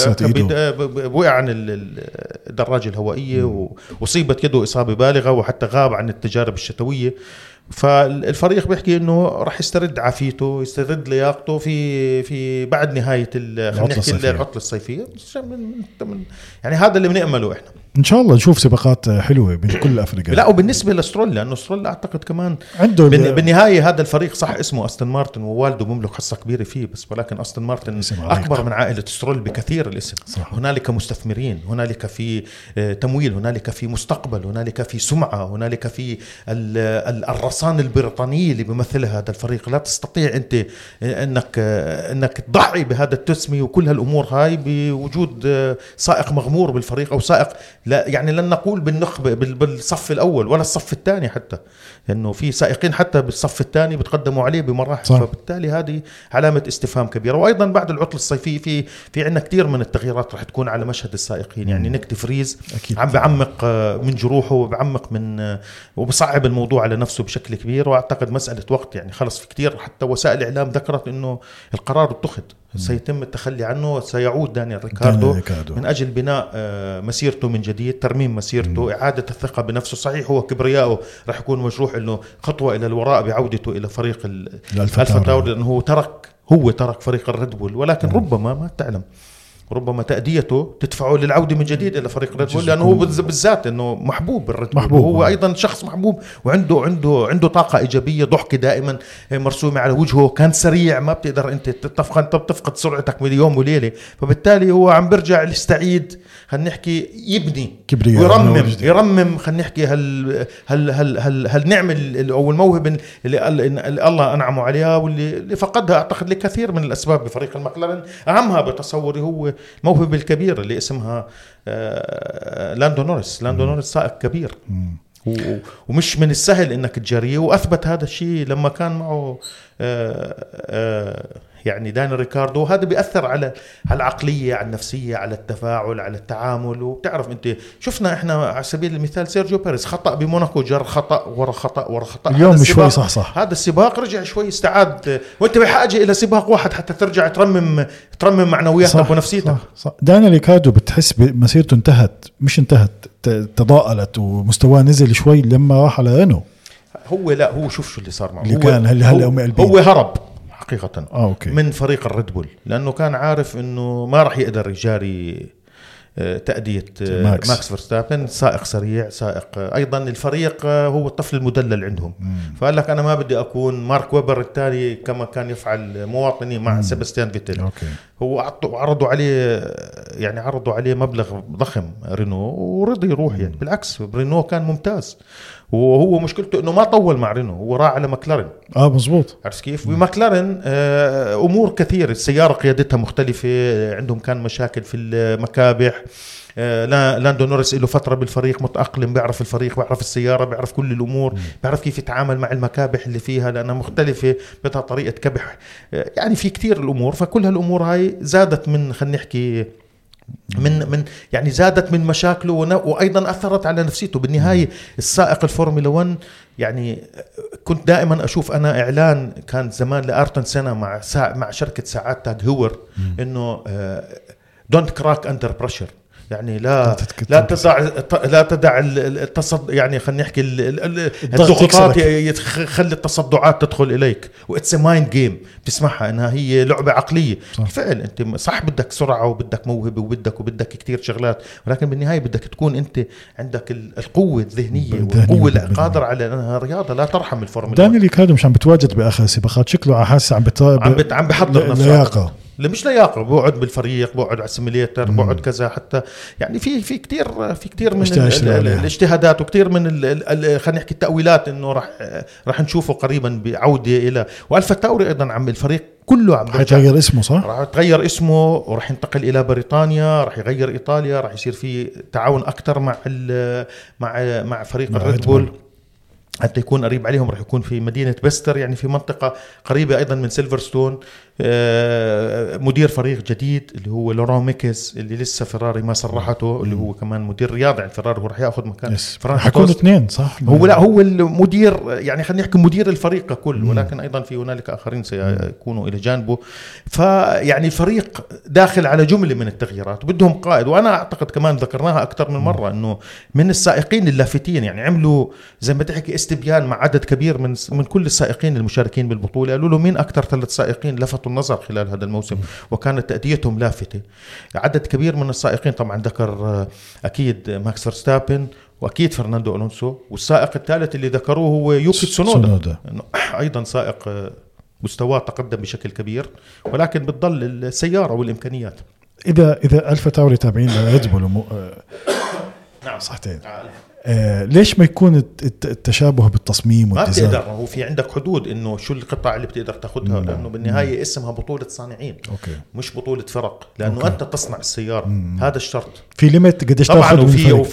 وقع عن الدراجة الهوائية وصيبت يده إصابة بالغة، وحتى غاب عن التجارب الشتوية. فالفريق بيحكي انه راح يسترد عافيته، يسترد لياقته في بعد نهايه العطله الصيفيه. يعني هذا اللي بنأمله احنا ان شاء الله نشوف سباقات حلوه بين كل افريقيا. لا، وبالنسبه لسترول، لانه سترول اعتقد كمان عنده بالنهايه هذا الفريق صح اسمه أستون مارتن، ووالده مملك حصه كبيره فيه، بس ولكن أستون مارتن اكبر من عائله سترول بكثير الاسم. صح. هنالك مستثمرين، هنالك في تمويل، هنالك في مستقبل، هنالك في سمعه، هنالك في الرصان البريطاني اللي بيمثلها هذا الفريق. لا تستطيع انت انك تضحي بهذا التسمي وكل هالامور هاي بوجود سائق مغمور بالفريق، او سائق لا يعني لن نقول بالنخبة بالصف الأول ولا الصف الثاني حتى، لأنه في سائقين حتى بالصف الثاني بتقدموا عليه بمراحل. صح. فبالتالي هذه علامة استفهام كبيرة. وأيضا بعد العطلة الصيفية في عندنا كتير من التغييرات رح تكون على مشهد السائقين. يعني نيك دي فريز عم بعمق من جروحه، وبعمق من وبصعب الموضوع على نفسه بشكل كبير، وأعتقد مسألة وقت. يعني خلص في كتير حتى وسائل الإعلام ذكرت إنه القرار اتخذ، سيتم التخلي عنه، سيعود دانيال ريكاردو من أجل بناء مسيرته من جديد، ترميم مسيرته، إعادة الثقة بنفسه. صحيح هو كبرياءه رح يكون مجروح إنه خطوة إلى الوراء بعودته إلى فريق الألفا تاوري، لأنه هو ترك فريق الريد بول، ولكن ربما ما تعلم، ربما تأديته تدفعه للعودة من جديد إلى فريق الريد بول، لأنه هو بالذات إنه محبوب بالريد بول، وهو أيضا شخص محبوب، وعنده طاقة إيجابية، ضحكة دائما مرسومة على وجهه، كان سريع، ما بتقدر أنت تفقد سرعتك من يوم وليلة. فبالتالي هو عم برجع يستعيد، خلينا نحكي يبني ويرمم خلينا نحكي هل نعمل أو الموهبة اللي الله أنعمه عليها، واللي فقدها أعتقد لكثير من الأسباب بفريق المكلارين. أهمها بتصوري هو الموهبة الكبيرة اللي اسمها لاندو نوريس سائق كبير، ومش من السهل انك تجاريه، واثبت هذا الشيء لما كان معه يعني دانيال ريكاردو. هذا بيأثر على العقلية، على النفسية، على التفاعل، على التعامل. وبتعرف انت شفنا احنا على سبيل المثال سيرجيو بيريز، خطأ بموناكو، جر خطأ ورا خطأ ورا خطأ. اليوم شوي صح هذا السباق رجع شوي استعاد، وانت بحاجة الى سباق واحد حتى ترجع ترمم معنوياتك ونفسيتك. صح. دانيال ريكاردو بتحس مسيرته انتهت تضاءلت، ومستواه نزل شوي لما راح على رينو. هو شوف شو اللي صار معه، اللي كان هو هرب حقيقة أوكي. من فريق الريد بول، لأنه كان عارف أنه ما راح يقدر يجاري تأدية ماكس فيرستابن، سائق سريع، سائق أيضا الفريق هو الطفل المدلل عندهم. فقال لك أنا ما بدي أكون مارك ويبر التالي كما كان يفعل مواطني مع سيباستيان فيتل. هو عرضوا عليه يعني عرضوا عليه مبلغ ضخم رينو ورضي يروح. يعني بالعكس رينو كان ممتاز، وهو مشكلته انه ما طول مع رينو، هو راح على ماكلارين. مزبوط. عرفت كيف؟ بماكلارين امور كثير، السياره قيادتها مختلفه، عندهم كان مشاكل في المكابح. لاندو نوريس له فترة بالفريق متأقلم، بيعرف الفريق، بيعرف السيارة، بيعرف كل الأمور، بيعرف كيف يتعامل مع المكابح اللي فيها لأنها مختلفة، بدها طريقة كبح، يعني في كتير الأمور. فكل هالأمور هاي زادت من خلينا نحكي من يعني زادت من مشاكله وأيضا أثرت على نفسيته. بالنهاية السائق الفورمولا 1 يعني كنت دائما أشوف أنا إعلان كان زمان لآرتون سنة مع شركة ساعات تاج هور إنه don't crack under pressure، يعني لا تدع يعني خلينا نحكي الضغوطات يخلي التصدعات تدخل اليك. واتس مايند جيم، بتسمعها انها هي لعبه عقليه. بالفعل انت صح بدك سرعه وبدك موهبه وبدك كتير شغلات، ولكن بالنهايه بدك تكون انت عندك القوه الذهنيه والقوه القادره على انها رياضه لا ترحم الفورمولا. دانيال ريكاردو مش عم بتواجد باخر سباقات، شكله حاسس عم بحضر نفسه لياقه، مش لياقه، بقعد بالفريق، بقعد على السيميليتر، بقعد كذا. حتى يعني في كتير من الاجتهادات وكتير من خلينا نحكي التأويلات انه راح نشوفه قريبا بعودة الى. والفا تاوري ايضا عم الفريق كله عم حيتغير اسمه، صح؟ راح يتغير اسمه وراح ينتقل الى بريطانيا، راح يغير ايطاليا، راح يصير في تعاون اكثر مع فريق الريد بول حتى يكون قريب عليهم. راح يكون في مدينة بستر، يعني في منطقة قريبة أيضا من سيلفرستون. مدير فريق جديد اللي هو لوران ميكيز اللي لسه فيراري ما صرحته، اللي هو كمان مدير رياضي عند فيراري، هو راح ياخذ مكان فرانسيس. حكون اثنين صح؟ هو المدير، يعني خلينا نحكي مدير الفريق ككل، ولكن أيضا في هنالك آخرين سيكونوا إلى جانبه. فيعني الفريق داخل على جملة من التغييرات وبدهم قائد. وأنا أعتقد كمان ذكرناها أكثر من مرة إنه من السائقين اللافتين، يعني عملوا زي ما تحكي استبيان مع عدد كبير من كل السائقين المشاركين بالبطولة، قالوا له مين أكثر 3 سائقين لفتوا النظر خلال هذا الموسم وكانت تأديتهم لافتة. عدد كبير من السائقين طبعا ذكر أكيد ماكس فيرستابن وأكيد فرناندو ألونسو، والسائق الثالث اللي ذكروه هو يوكي تسونودا، أيضا سائق مستواه تقدم بشكل كبير، ولكن بتضل السيارة والإمكانيات. إذا ألفا تاوري تابعين لريد بول نعم صحتين، ليش ما يكون التشابه بالتصميم والديزاين؟ ما بتقدر، هو في عندك حدود انه شو القطع اللي بتقدر تاخدها، لانه بالنهايه اسمها بطوله صانعين. أوكي. مش بطوله فرق، لانه أوكي. انت تصنع السياره، هذا الشرط. في ليميت قديش طبعا،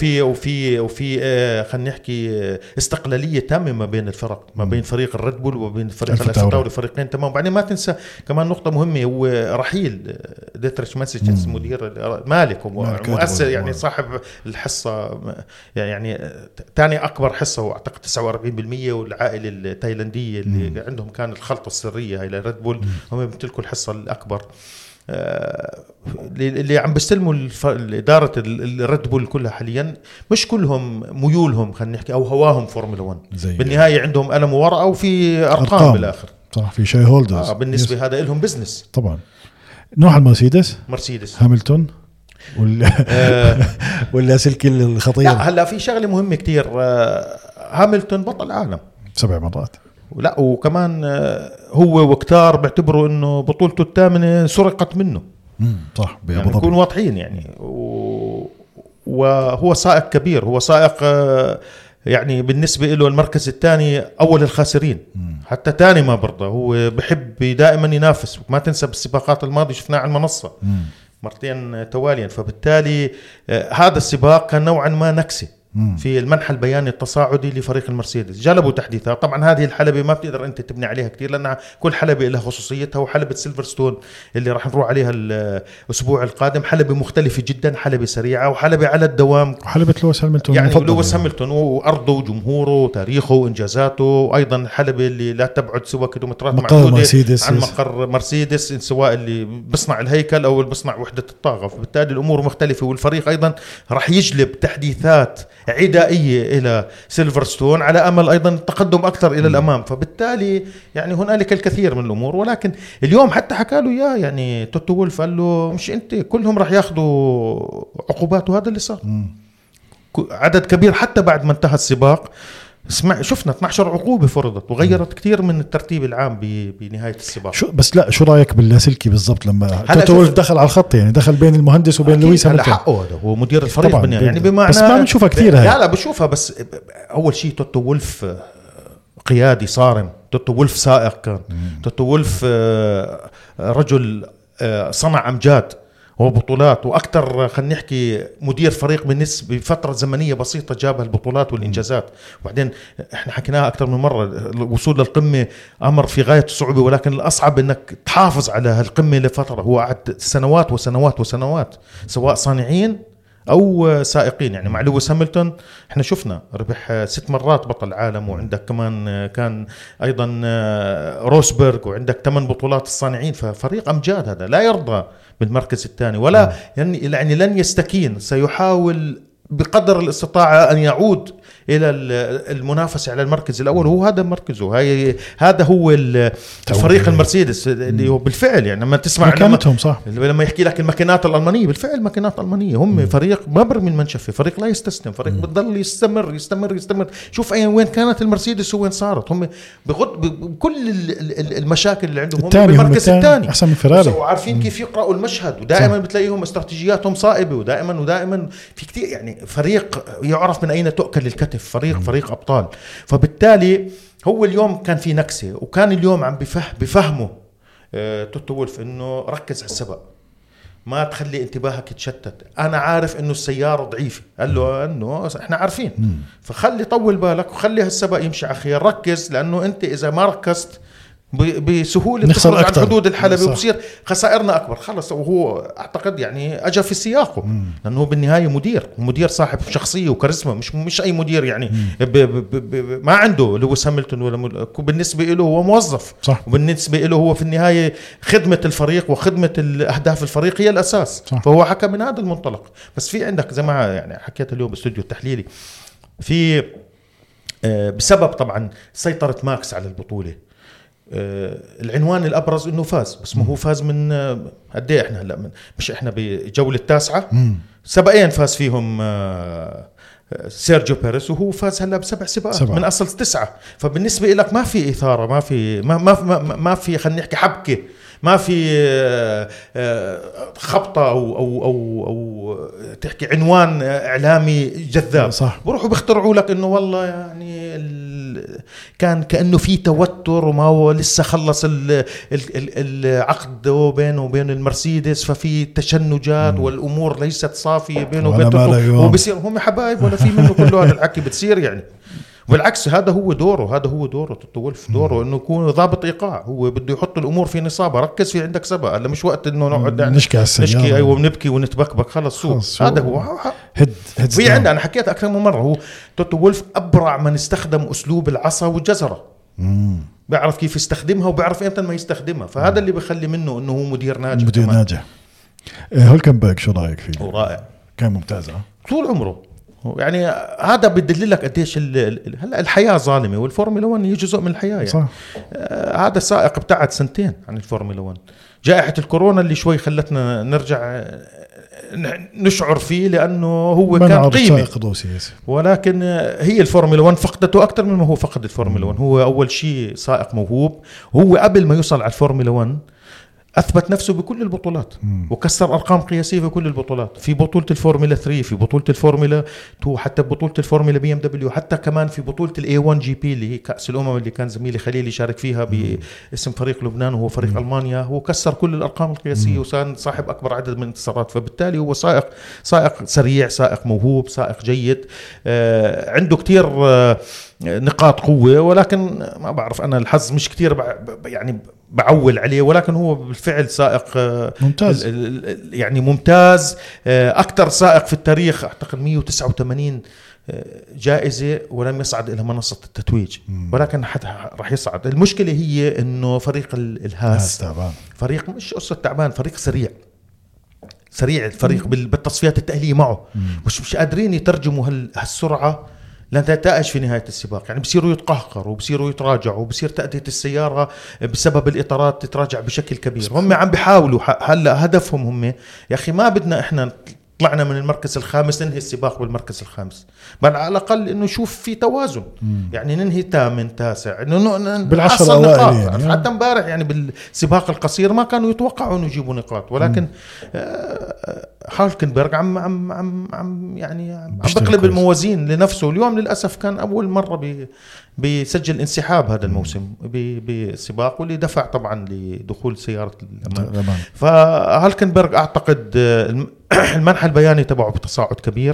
وفي خلينا نحكي استقلاليه تامه ما بين الفرق، ما بين فريق الريد بول وبين فريق الألفا تاوري، فريقين تمام. وبعدين ما تنسى كمان نقطه مهمه، هو رحيل ديتريش ماسيتشنز مدير مالك ومؤسس، يعني صاحب الحصه، يعني تاني أكبر حصة هو أعتقد 49%، والعائلة التايلاندية اللي عندهم كان الخلطة السرية هاي للريد بول هم بيمتلكوا الحصة الأكبر. اللي عم بيستلموا إدارة الريد بول كلها حاليا مش كلهم ميولهم خلينا نحكي أو هواهم فورمولا 1، بالنهاية عندهم قلم وورقة وفي أرقام بالآخر، صح، في شيء هولدرز. بالنسبة هذا لهم بزنس طبعا. نوع المرسيدس هاملتون ولا سلكي الخطير؟ لا، هلا في شغله مهمه كتير، هاملتون بطل عالم 7 مرات، لا وكمان هو وكتار بيعتبروا انه بطولته الثامنه سرقت منه. صح، يعني نكون واضحين يعني. وهو سائق كبير، هو سائق يعني بالنسبة له المركز الثاني أول الخاسرين، حتى تاني ما برضه، هو بحب دائما ينافس. وما تنسى بالسباقات الماضية شفناه على المنصة مرتين تواليا، فبالتالي هذا السباق كان نوعا ما نكسة في المنحى البياني التصاعدي لفريق المرسيدس. جلبوا تحديثات، طبعا هذه الحلبة ما بتقدر أنت تبني عليها كتير، لأن كل حلبة لها خصوصيتها. وحلبة سيلفرستون اللي راح نروح عليها الأسبوع القادم حلبة مختلفة جدا، حلبة سريعة وحلبة على الدوام، وحلبة لويس هاملتون، يعني لويس هاملتون وأرضه وجمهوره وتاريخه وإنجازاته، وأيضا حلبة اللي لا تبعد سوى كيلومترات معدودة عن مقر مرسيدس، سواء اللي بصنع الهيكل أو اللي بصنع وحدة الطاقة. فبالتالي الأمور مختلفة، والفريق أيضا راح يجلب تحديثات عدائية إلى سيلفرستون على أمل أيضا التقدم أكثر إلى الأمام. فبالتالي يعني هنالك الكثير من الأمور. ولكن اليوم حتى حكى له إياه يعني توتو وولف، قال له مش أنت كلهم راح ياخذوا عقوبات، وهذا اللي صار. عدد كبير حتى بعد ما انتهى السباق شفنا 12 عقوبة فرضت وغيرت كتير من الترتيب العام بنهاية السباق. شو رأيك باللاسلكي بالضبط لما توتو وولف دخل على الخط، يعني دخل بين المهندس وبين لويس هاملتون؟ حقه هذا، هو مدير الفريق يعني بمعنى، بس ما بنشوفها كتير هاي. لا بشوفها، بس أول شيء توتو وولف قيادي صارم، توتو وولف سائق كان، توتو وولف رجل صنع أمجاد وبطولات، وأكثر خلينا نحكي مدير فريق بالنسبة بفترة زمنية بسيطة جاب البطولات والإنجازات. وبعدين إحنا حكيناها أكثر من مرة، الوصول للقمة أمر في غاية الصعوبة، ولكن الأصعب إنك تحافظ على هالقمة لفترة. هو قعد سنوات وسنوات وسنوات، سواء صانعين أو سائقين. يعني مع لويس هاملتون إحنا شفنا ربح 6 مرات بطل عالم، وعندك كمان كان أيضا روسبرغ، وعندك 8 بطولات الصانعين. ففريق أمجاد هذا لا يرضى بالمركز الثاني ولا يعني لن يستكين، سيحاول بقدر الاستطاعة أن يعود إلى المنافسة على المركز الأول. هو هذا مركزه، هذا هو الفريق المرسيدس اللي هو بالفعل، يعني لما تسمع مكانتهم صح، لما يحكي لك الماكينات الألمانية، بالفعل ماكينات ألمانية، هم فريق مبر من منشفة، فريق لا يستسلم، فريق بتضل يستمر يستمر يستمر. شوف وين كانت المرسيدس وين صارت، هم بكل المشاكل اللي عندهم هم بالمركز الثاني أحسن من فيراري، وعارفين كيف يقرأوا المشهد، ودائما بتلاقيهم استراتيجياتهم صائبة، ودائما في كتير، يعني فريق يعرف من أين تؤكل الكتف، فريق أبطال. فبالتالي هو اليوم كان في نكسة، وكان اليوم عم بفهمه توتو وولف إنه ركز على السباق، ما تخلي انتباهك يتشتت. أنا عارف إنه السيارة ضعيفة، قال له إنه إحنا عارفين، فخلي طول بالك وخلي هالسباق يمشي على خير، ركز، لأنه أنت إذا ما ركزت بسهولة تخرج عن حدود الحلبة وبصير خسائرنا أكبر. خلص، وهو أعتقد يعني أجا في سياقه، لأنه بالنهاية مدير صاحب شخصية وكاريزما، مش أي مدير يعني ما عنده لويس هاملتون ولا بالنسبة له هو موظف صح. وبالنسبة له هو في النهاية خدمة الفريق وخدمة الأهداف الفريق هي الأساس صح. فهو حكى من هذا المنطلق. بس في عندك زي ما يعني حكيت اليوم باستوديو التحليلي، في بسبب طبعا سيطرة ماكس على البطولة، العنوان الأبرز إنه فاز، بس ما هو فاز من قد إيه إحنا هلا، مش إحنا بجولة 9 سباقين فاز فيهم سيرجيو بيريز، وهو فاز هلا ب7 سباقات من أصل 9. فبالنسبة لك ما في إثارة، ما في خلينا نحكي حبكة، ما في خبطة أو تحكي عنوان إعلامي جذاب صح. بروحوا بيخترعوا لك إنه والله يعني كان كأنه في توتر وما هو لسه خلص العقد بينه وبين المرسيدس، ففي تشنجات والأمور ليست صافية بينه وبين وبصير هم حبايب ولا في منه كله هذا الحكي بتصير يعني. بالعكس، هذا هو دوره توتو وولف، دوره انه يكون ضابط ايقاع، هو بده يحط الامور في نصابه. ركز في عندك سبق، هلا مش وقت انه نقعد نشكي ايوه ونبكي ونتبكبك، خلص هذا هو في عندنا. انا حكيت اكثر من مره، هو توتو وولف ابرع من استخدم اسلوب العصا والجزره، بيعرف كيف يستخدمها وبيعرف امتى ما يستخدمها. فهذا اللي بيخلي منه انه هو مدير ناجح. هولكنبرغ شو رايك فيه؟ رائع، كان ممتاز طول عمره. يعني هذا بدللك قديش هلا الحياة ظالمة، والفورمولا 1 هي جزء من الحياة يعني. صح. هذا سائق ابتعد 2 سنين عن الفورمولا 1. جائحة الكورونا اللي شوي خلتنا نرجع نشعر فيه، لأنه هو كان قيمة، ولكن هي الفورمولا 1 فقدته أكثر مما هو فقد الفورمولا 1. هو أول شيء سائق موهوب، وهو قبل ما يوصل على الفورمولا 1 أثبت نفسه بكل البطولات وكسر أرقام قياسية في كل البطولات، في بطولة الفورمولا 3، في بطولة الفورمولا 2، حتى بطولة الفورمولا BMW، حتى كمان في بطولة A1GP اللي هي كأس الأمم اللي كان زميلي خليل يشارك فيها باسم فريق لبنان وهو فريق ألمانيا. هو كسر كل الأرقام القياسية وصار صاحب أكبر عدد من الانتصارات. فبالتالي هو سائق سريع، سائق موهوب، سائق جيد، عنده كتير نقاط قوة، ولكن ما بعرف أنا الحظ مش كتير يعني بعول عليه، ولكن هو بالفعل سائق ممتاز، يعني ممتاز. أكثر سائق في التاريخ، أعتقد 189 جائزة ولم يصعد إلى منصة التتويج، ولكن حتى راح يصعد. المشكلة هي إنه فريق الهاس فريق مش قصة تعبان، فريق سريع الفريق بالتصفيات التأهيلية معه مش قادرين يترجموا هالسرعة لنتائج في نهاية السباق. يعني بصيروا يتقهقروا وبصيروا يتراجعوا وبصير تأدية السيارة بسبب الإطارات تتراجع بشكل كبير. هم عم بيحاولوا هلا هدفهم هم يا أخي ما بدنا إحنا طلعنا من المركز الخامس ننهي السباق بالمركز الخامس، بل على الأقل إنه شوف في توازن، يعني ننهي 8 9 إنه بالعشر الأوائل يعني. حتى امبارح يعني بالسباق القصير ما كانوا يتوقعوا إنه يجيبوا نقاط، ولكن هالكنبرغ عم بقلب الموازين لنفسه. اليوم للأسف كان أول مرة بيسجل انسحاب هذا الموسم بالسباق، واللي دفع طبعا لدخول سيارة الأمان. فهالكنبرغ أعتقد المنحى البياني تبعه بتصاعد كبير.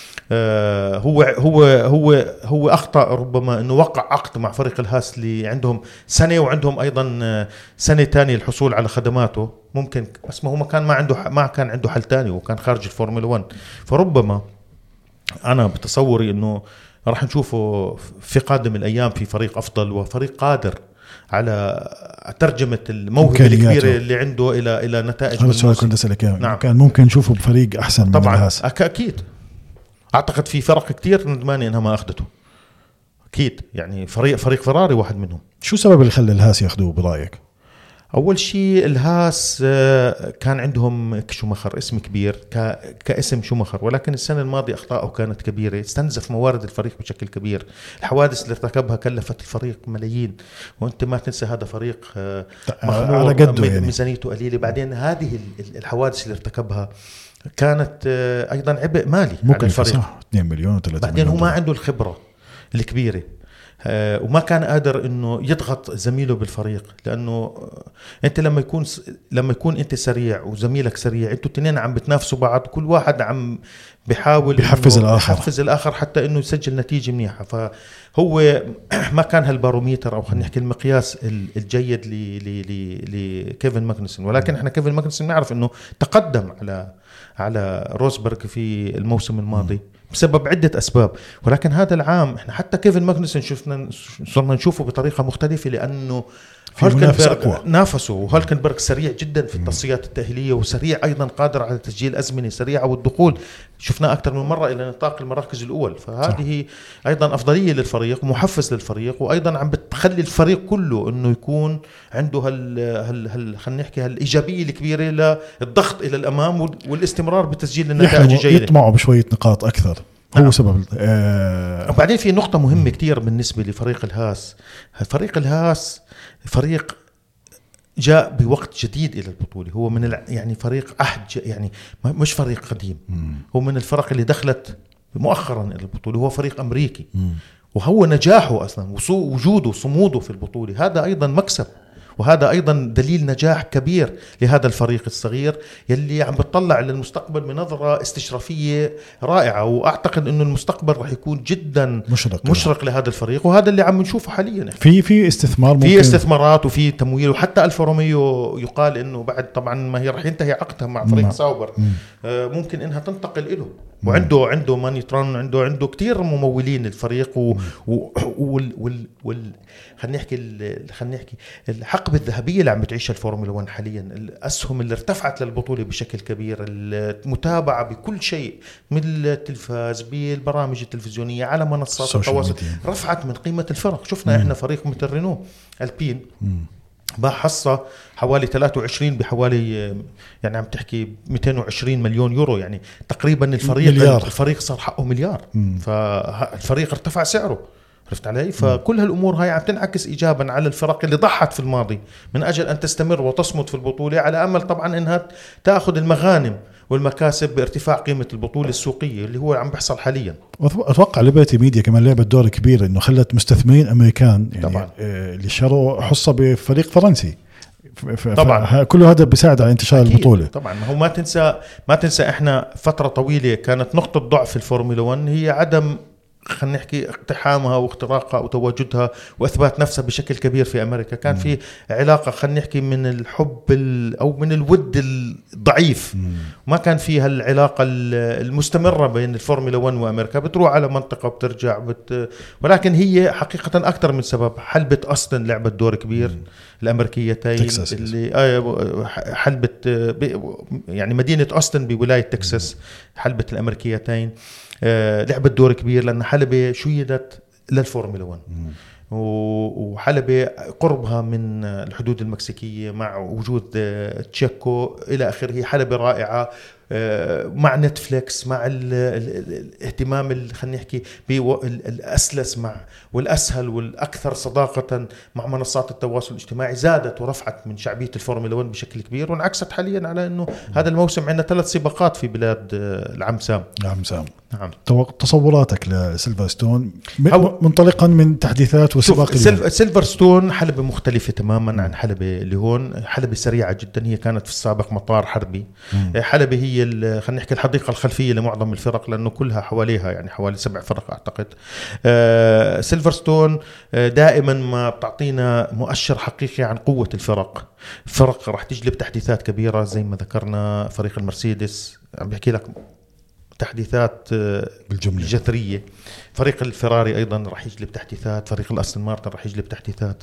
هو أخطأ ربما إنه وقع عقد مع فريق الهاس اللي عندهم سنة وعندهم أيضا سنة تانية الحصول على خدماته ممكن، بس ما هو ما كان عنده حل تاني وكان خارج الفورمولا 1. فربما أنا بتصوري إنه راح نشوفه في قادم الأيام في فريق أفضل وفريق قادر على ترجمة الموهبة الكبيرة اللي عنده إلى نتائج. هذا السؤال كنت أسألك. نعم. كان ممكن نشوفه بفريق أحسن طبعا من الهاس. أكيد. أعتقد في فرق كتير ندماني إنها ما أخذته أكيد، يعني فريق فراري واحد منهم. شو سبب اللي خلى الهاس ياخذوه برأيك؟ أول شيء الهاس كان عندهم شوماخر اسم كبير كاسم شوماخر، ولكن السنة الماضية أخطاءه كانت كبيرة، استنزف موارد الفريق بشكل كبير. الحوادث اللي ارتكبها كلفت الفريق ملايين، وأنت ما تنسى هذا فريق على قده يعني. ميزانيته قليلة. بعدين هذه الحوادث اللي ارتكبها كانت أيضا عبء مالي على الفريق، صح 2 مليون و3 مليون. بعدين هو ما عنده الخبرة الكبيرة وما كان قادر انه يضغط زميله بالفريق، لانه انت لما يكون انت سريع وزميلك سريع، انتوا الاثنين عم بتنافسوا بعض، كل واحد عم بيحاول يحفز الاخر حتى انه يسجل نتيجة منيحة. فهو ما كان هالباروميتر او خلينا نحكي المقياس الجيد لكيفن ماغنسون. ولكن احنا كيفن ماغنسون نعرف انه تقدم على روزبرغ في الموسم الماضي بسبب عدة أسباب، ولكن هذا العام إحنا حتى كيفن ماغنسون صرنا نشوفه بطريقة مختلفة، لأنه هالكنبرغ نافسه، وهالكنبرغ سريع جدا في التصفيات التأهيلية، وسريع أيضا قادر على تسجيل أزمنة سريعة والدخول، شفناه أكثر من مرة إلى نطاق المراكز الأول. فهذه أيضا أفضلية للفريق ومحفز للفريق، وأيضا عم بتخلي الفريق كله إنه يكون عنده خلينا نحكي هالإيجابية الكبيرة للضغط إلى الأمام والاستمرار بتسجيل النتائج الجيدة. يطمعوا بشوية نقاط أكثر. هو سبب. وبعدين في نقطة مهمة كتير بالنسبة لفريق الهاس. فريق الهاس فريق جاء بوقت جديد إلى البطولة، هو من يعني فريق عهد، يعني مش فريق قديم، هو من الفرق اللي دخلت مؤخرا إلى البطولة، هو فريق أمريكي، وهو نجاحه أصلا وجوده صموده في البطولة هذا أيضا مكسب، وهذا أيضا دليل نجاح كبير لهذا الفريق الصغير يلي عم بتطلع للمستقبل بنظرة استشرافية رائعة. وأعتقد أنه المستقبل رح يكون جدا مشرق لهذا الفريق، وهذا اللي عم نشوفه حاليا. في استثمار، في استثمارات وفي تمويل، وحتى ألفا روميو يقال أنه بعد طبعا ما هي رح ينتهي عقدها مع فريق ساوبر ممكن إنها تنتقل له، وعنده مانيترون، عنده كتير ممولين الفريق خلينا نحكي الحقبة الذهبية اللي عم بتعيشها الفورمولا 1 حاليا، الأسهم اللي ارتفعت للبطولة بشكل كبير، المتابعة بكل شيء من التلفاز بالبرامج التلفزيونية على منصات التواصل رفعت من قيمة الفرق. شفنا احنا فريق مثل رينو البين باع حصة حوالي 23 بحوالي يعني عم تحكي 220 مليون يورو، يعني تقريبا الفريق صار حقه مليار. فالفريق ارتفع سعره، عرفت علي؟ فكل هالأمور هاي عم تنعكس إيجابا على الفرق اللي ضحت في الماضي من أجل أن تستمر وتصمد في البطولة، على أمل طبعا أنها تأخذ المغانم والمكاسب بارتفاع قيمة البطولة السوقية اللي هو عم بيحصل حاليا. أتوقع ليبرتي ميديا كمان لعبت دور كبير، إنه خلت مستثمرين أمريكان يعني اللي شروا حصة بفريق فرنسي طبعا، كل هذا بيساعد على انتشار البطولة. طبعا هو ما تنسى احنا فترة طويلة كانت نقطة ضعف في الفورمولا 1 هي عدم خلينا نحكي اقتحامها واختراقها وتواجدها واثبات نفسها بشكل كبير في امريكا. كان في علاقه خلينا نحكي من الحب او من الود الضعيف، ما كان فيها العلاقه المستمره بين الفورمولا 1 وامريكا، بتروح على منطقه وبترجع ولكن هي حقيقه اكثر من سبب. حلبة أوستن لعبت دور كبير، الامريكيتين اللي حلبة يعني مدينه أوستن بولايه تكساس، حلبة الامريكيتين لعبت دور كبير لأن حلبة شيدت للفورمولا 1 وحلبة قربها من الحدود المكسيكية مع وجود تشيكو إلى آخره. حلبة رائعة مع نتفليكس، مع الاهتمام خلينا نحكي بالأسلس مع والأسهل والأكثر صداقة مع منصات التواصل الاجتماعي، زادت ورفعت من شعبية الفورمولا 1 بشكل كبير، وانعكست حاليا على أنه هذا الموسم عندنا 3 سباقات في بلاد العم سام. نعم. تصوراتك لسيلفرستون منطلقا من تحديثات وسباق سيلفرستون حلبة مختلفة تماما عن حلبة اللي هون. حلبة سريعة جدا، هي كانت في السابق مطار حربي. حلبة هي خلينا نحكي الحديقة الخلفية لمعظم الفرق، لأنه كلها حواليها يعني حوالي 7 فرق أعتقد. سيلفرستون دائما ما بتعطينا مؤشر حقيقي عن قوة الفرق راح تجلب تحديثات كبيرة زي ما ذكرنا. فريق المرسيدس عم بحكي لك تحديثات بالجملة جذرية. فريق الفراري أيضا راح يجلب تحديثات. فريق الأستون مارتن راح يجلب تحديثات.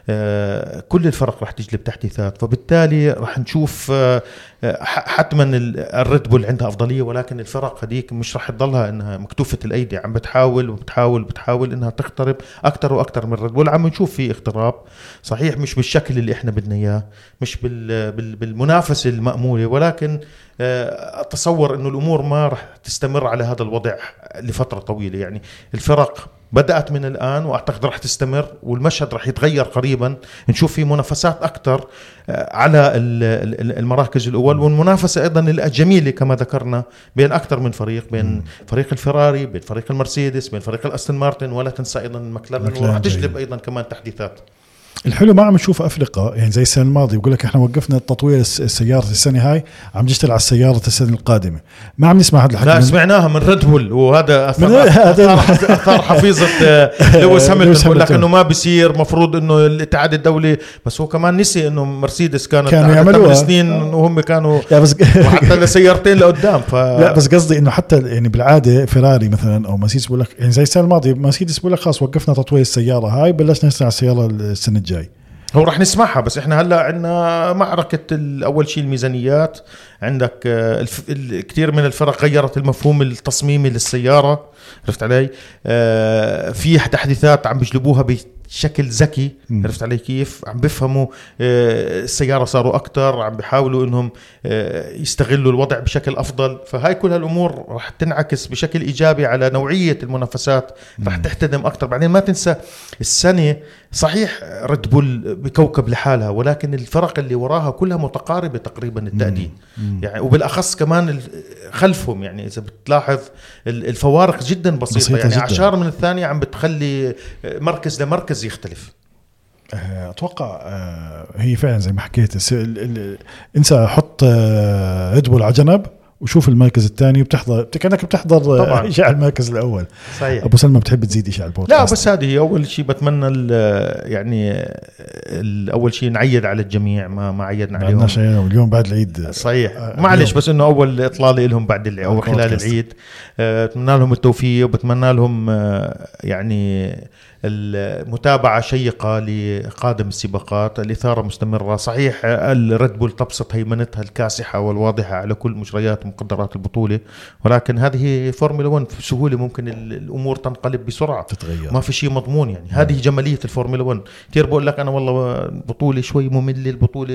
كل الفرق راح تجلب تحديثات، فبالتالي راح نشوف حتما الريد بول عندها أفضلية، ولكن الفرق هذيك مش راح تضلها إنها مكتوفة الأيدي، عم بتحاول إنها تقترب أكتر وأكتر من الريد بول. عم نشوف في اقتراب صحيح، مش بالشكل اللي إحنا بدنا إياه، مش بالمنافسة المأمولة، ولكن أتصور إنه الأمور ما راح تستمر على هذا الوضع لفترة طويلة. يعني الفرق بدأت من الآن وأعتقد راح تستمر، والمشهد راح يتغير قريبا. نشوف في منافسات أكتر على المراكز الأول، والمنافسة أيضا الجميلة كما ذكرنا بين أكثر من فريق، بين فريق الفراري، بين فريق المرسيدس، بين فريق الأستون مارتن، ولا تنسى أيضا المكلارن، وراح تجلب أيضا كمان تحديثات. الحلو ما عم نشوف أفرقة يعني زي السنة الماضية يقول لك إحنا وقفنا تطوير السيارة السنة هاي، عم نشتغل على السيارة السنة القادمة. ما عم نسمع هذا الحكي. لا سمعناها من ريد بول، وهذا أثار حفيظة لويس هاملتون بقول لك إنه ما بيصير، مفروض إنه الاتحاد الدولي، بس هو كمان نسي إنه مرسيدس كانوا يعملوا سنين وهم كانوا وحتى لسيارتين لقدام. لا بس قصدي إنه حتى يعني بالعادة فيراري مثلا أو مرسيدس بقول لك يعني زي السنة الماضية مرسيدس بقول لك خلاص وقفنا تطوير السيارة هاي، بلشنا نصنع السيارة السنة الجاي. هو رح نسمعها، بس احنا هلا عندنا معركة اول شيء الميزانيات. عندك كتير من الفرق غيرت المفهوم التصميمي للسيارة، عرفت علي؟ في تحديثات عم بيجلبوها بشكل ذكي، عرفت علي كيف؟ عم بفهموا السيارة صاروا أكتر، عم بيحاولوا إنهم يستغلوا الوضع بشكل أفضل. فهاي كل هالأمور رح تنعكس بشكل إيجابي على نوعية المنافسات، رح تحتدم أكتر. بعدين ما تنسى السنة صحيح ريد بول بكوكب لحالها، ولكن الفرق اللي وراها كلها متقاربة تقريبا التأدين يعني، وبالأخص كمان خلفهم. يعني إذا بتلاحظ الفوارق جدا بسيطة يعني جداً. 10 من الثانية عم بتخلي مركز لمركز يختلف. أتوقع هي فعلا زي ما حكيت انسى حط ريد بول على جنب وشوف المركز الثاني وبتحضر كأنك بتحضر إشاعة المركز الأول. صحيح. أبو سلمى بتحب تزيد إشاعة البودكاست؟ لا بس هذه أول شيء بتمنى يعني أول شيء نعيد على الجميع ما عيدنا عليهم اليوم بعد العيد. صحيح معلش، بس إنه أول إطلالة لهم بعد العيد أو خلال العيد. بتمنى لهم التوفيق، وبتمنى لهم يعني المتابعة شيقة لقادم السباقات. الإثارة مستمرة. صحيح الريد بول تبسط هيمنتها الكاسحة والواضحة على كل مجريات ومقدرات البطولة، ولكن هذه فورمولا 1 بسهولة ممكن الأمور تنقلب بسرعة، تتغير، ما في شيء مضمون يعني. هذه جمالية الفورمولا 1. كتير بقول لك أنا والله بطولة شوي مملة، البطولة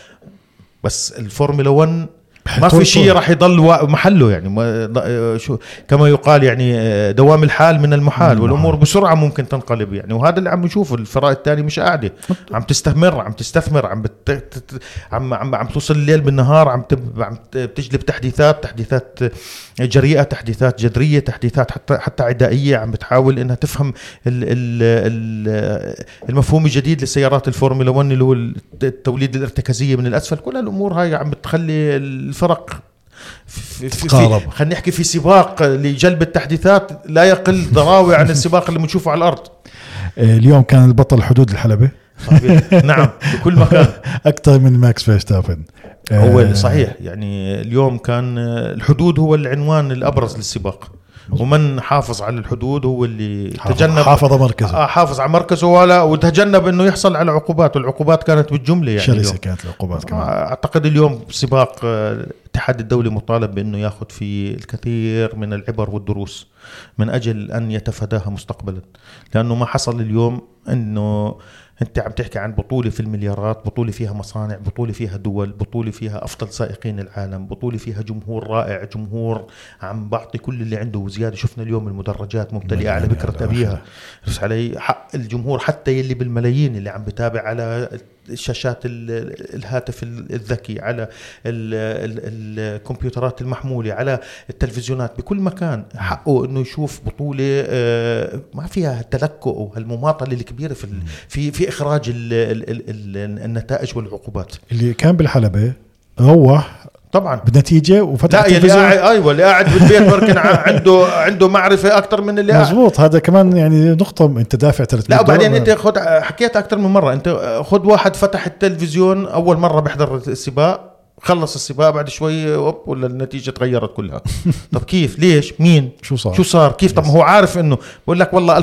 بس الفورمولا 1 ما في شيء راح يضل محله يعني. شو كما يقال يعني دوام الحال من المحال، والأمور بسرعة ممكن تنقلب يعني. وهذا اللي عم نشوفه. الفرق الثانية مش قاعدة، عم تستثمر، عم تستثمر، عم توصل الليل بالنهار، عم بتجلب تحديثات جريئة، تحديثات جذرية، تحديثات حتى عدائية. عم بتحاول انها تفهم المفهوم الجديد لسيارات الفورمولا 1 اللي هو التوليد الارتكازية من الأسفل. كل الأمور هاي عم بتخلي الفرق خلينا نحكي في سباق لجلب التحديثات لا يقل ضراوة عن السباق اللي بنشوفه على الأرض. اليوم كان البطل حدود الحلبة. نعم بكل مكان أكثر من ماكس فيرستابن. هو صحيح يعني اليوم كان الحدود هو العنوان الأبرز للسباق، ومن حافظ على الحدود هو اللي تجنب حافظ على مركزه وتجنب انه يحصل على عقوبات. والعقوبات كانت بالجمله يعني شرسه كانت العقوبات كمان. اعتقد اليوم سباق الاتحاد الدولي مطالب بأنه يأخذ في الكثير من العبر والدروس من أجل أن يتفاداها مستقبلا، لأنه ما حصل اليوم أنه أنت عم تحكي عن بطولة في المليارات، بطولة فيها مصانع، بطولة فيها دول، بطولة فيها أفضل سائقين العالم، بطولة فيها جمهور رائع، جمهور عم بعطي كل اللي عنده وزيادة. شفنا اليوم المدرجات ممتلئة على بكرة أبيها، بس علي حق الجمهور حتى يلي بالملايين اللي عم بتابع على شاشات الهاتف الذكي، على الكمبيوترات المحمولة، على التلفزيونات، بكل مكان حقه انه يشوف بطولة ما فيها التلكؤ والمماطلة الكبيرة في اخراج النتائج والعقوبات. اللي كان بالحلبة روح طبعا بنتيجة وفتح التلفزيون. اللي قاعد بالبيت ممكن عنده معرفة أكتر من اللي مزبوط. هذا كمان يعني نقطة، أنت دافع 300 لا وبعدين أنت حكيت أكتر من مرة، أنت خد واحد فتح التلفزيون أول مرة بيحضر السباق، خلص السباق بعد شوي ولا النتيجة تغيرت كلها. طب كيف؟ ليش؟ مين؟ شو صار؟ كيف؟ طب هو عارف انه بقول لك والله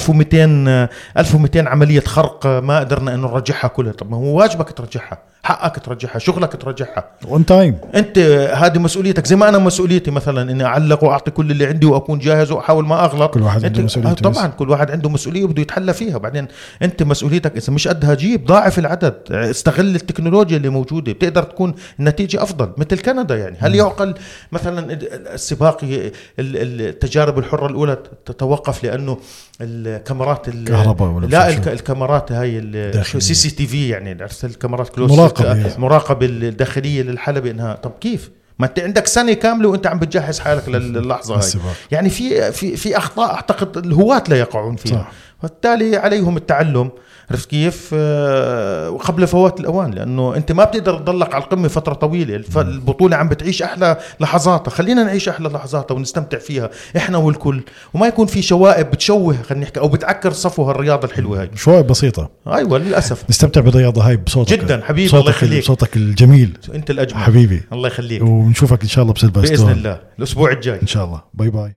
1200 عملية خرق ما قدرنا انه نرجعها كلها. طب ما هو واجبك ترجعها، حقك ترجعها، شغلك ترجعها وان تايم. انت هذه مسؤوليتك، زي ما انا مسؤوليتي مثلا اني اعلق واعطي كل اللي عندي واكون جاهز واحاول ما اغلط. كل واحد عنده مسؤوليته. طبعا كل واحد عنده مسؤولية وبده يتحلى فيها. بعدين انت مسؤوليتك اذا مش قدها جيب ضاعف العدد، استغل التكنولوجيا اللي موجودة، بتقدر تكون النتيجة افضل مثل كندا. يعني هل يعقل مثلا السباق التجارب الحرة الاولى تتوقف لانه الكاميرات لا الكاميرات هاي CCTV يعني الكاميرات مراقبة الداخلية للحلبة انها. طب كيف؟ ما انت عندك سنة كاملة وانت عم بتجهز حالك للحظة هاي. يعني في اخطاء اعتقد الهواة لا يقعون فيها، وبالتالي عليهم التعلم. عرفت كيف؟ وقبل فوات الأوان، لأنه أنت ما بتقدر تضلك على القمة فترة طويلة. البطولة عم بتعيش أحلى لحظاتها، خلينا نعيش أحلى لحظاتها ونستمتع فيها إحنا والكل، وما يكون في شوائب بتشوه خلينا نحكي أو بتعكر صفوها الرياضة الحلوة هاي. شوائب بسيطة. أيوة للأسف. نستمتع بالرياضة هاي بصوتك جدا حبيبي، الله يخليك، بصوتك الجميل، أنت الأجمل حبيبي، الله يخليك. ونشوفك إن شاء الله بإذن الله الأسبوع الجاي إن شاء الله. باي باي.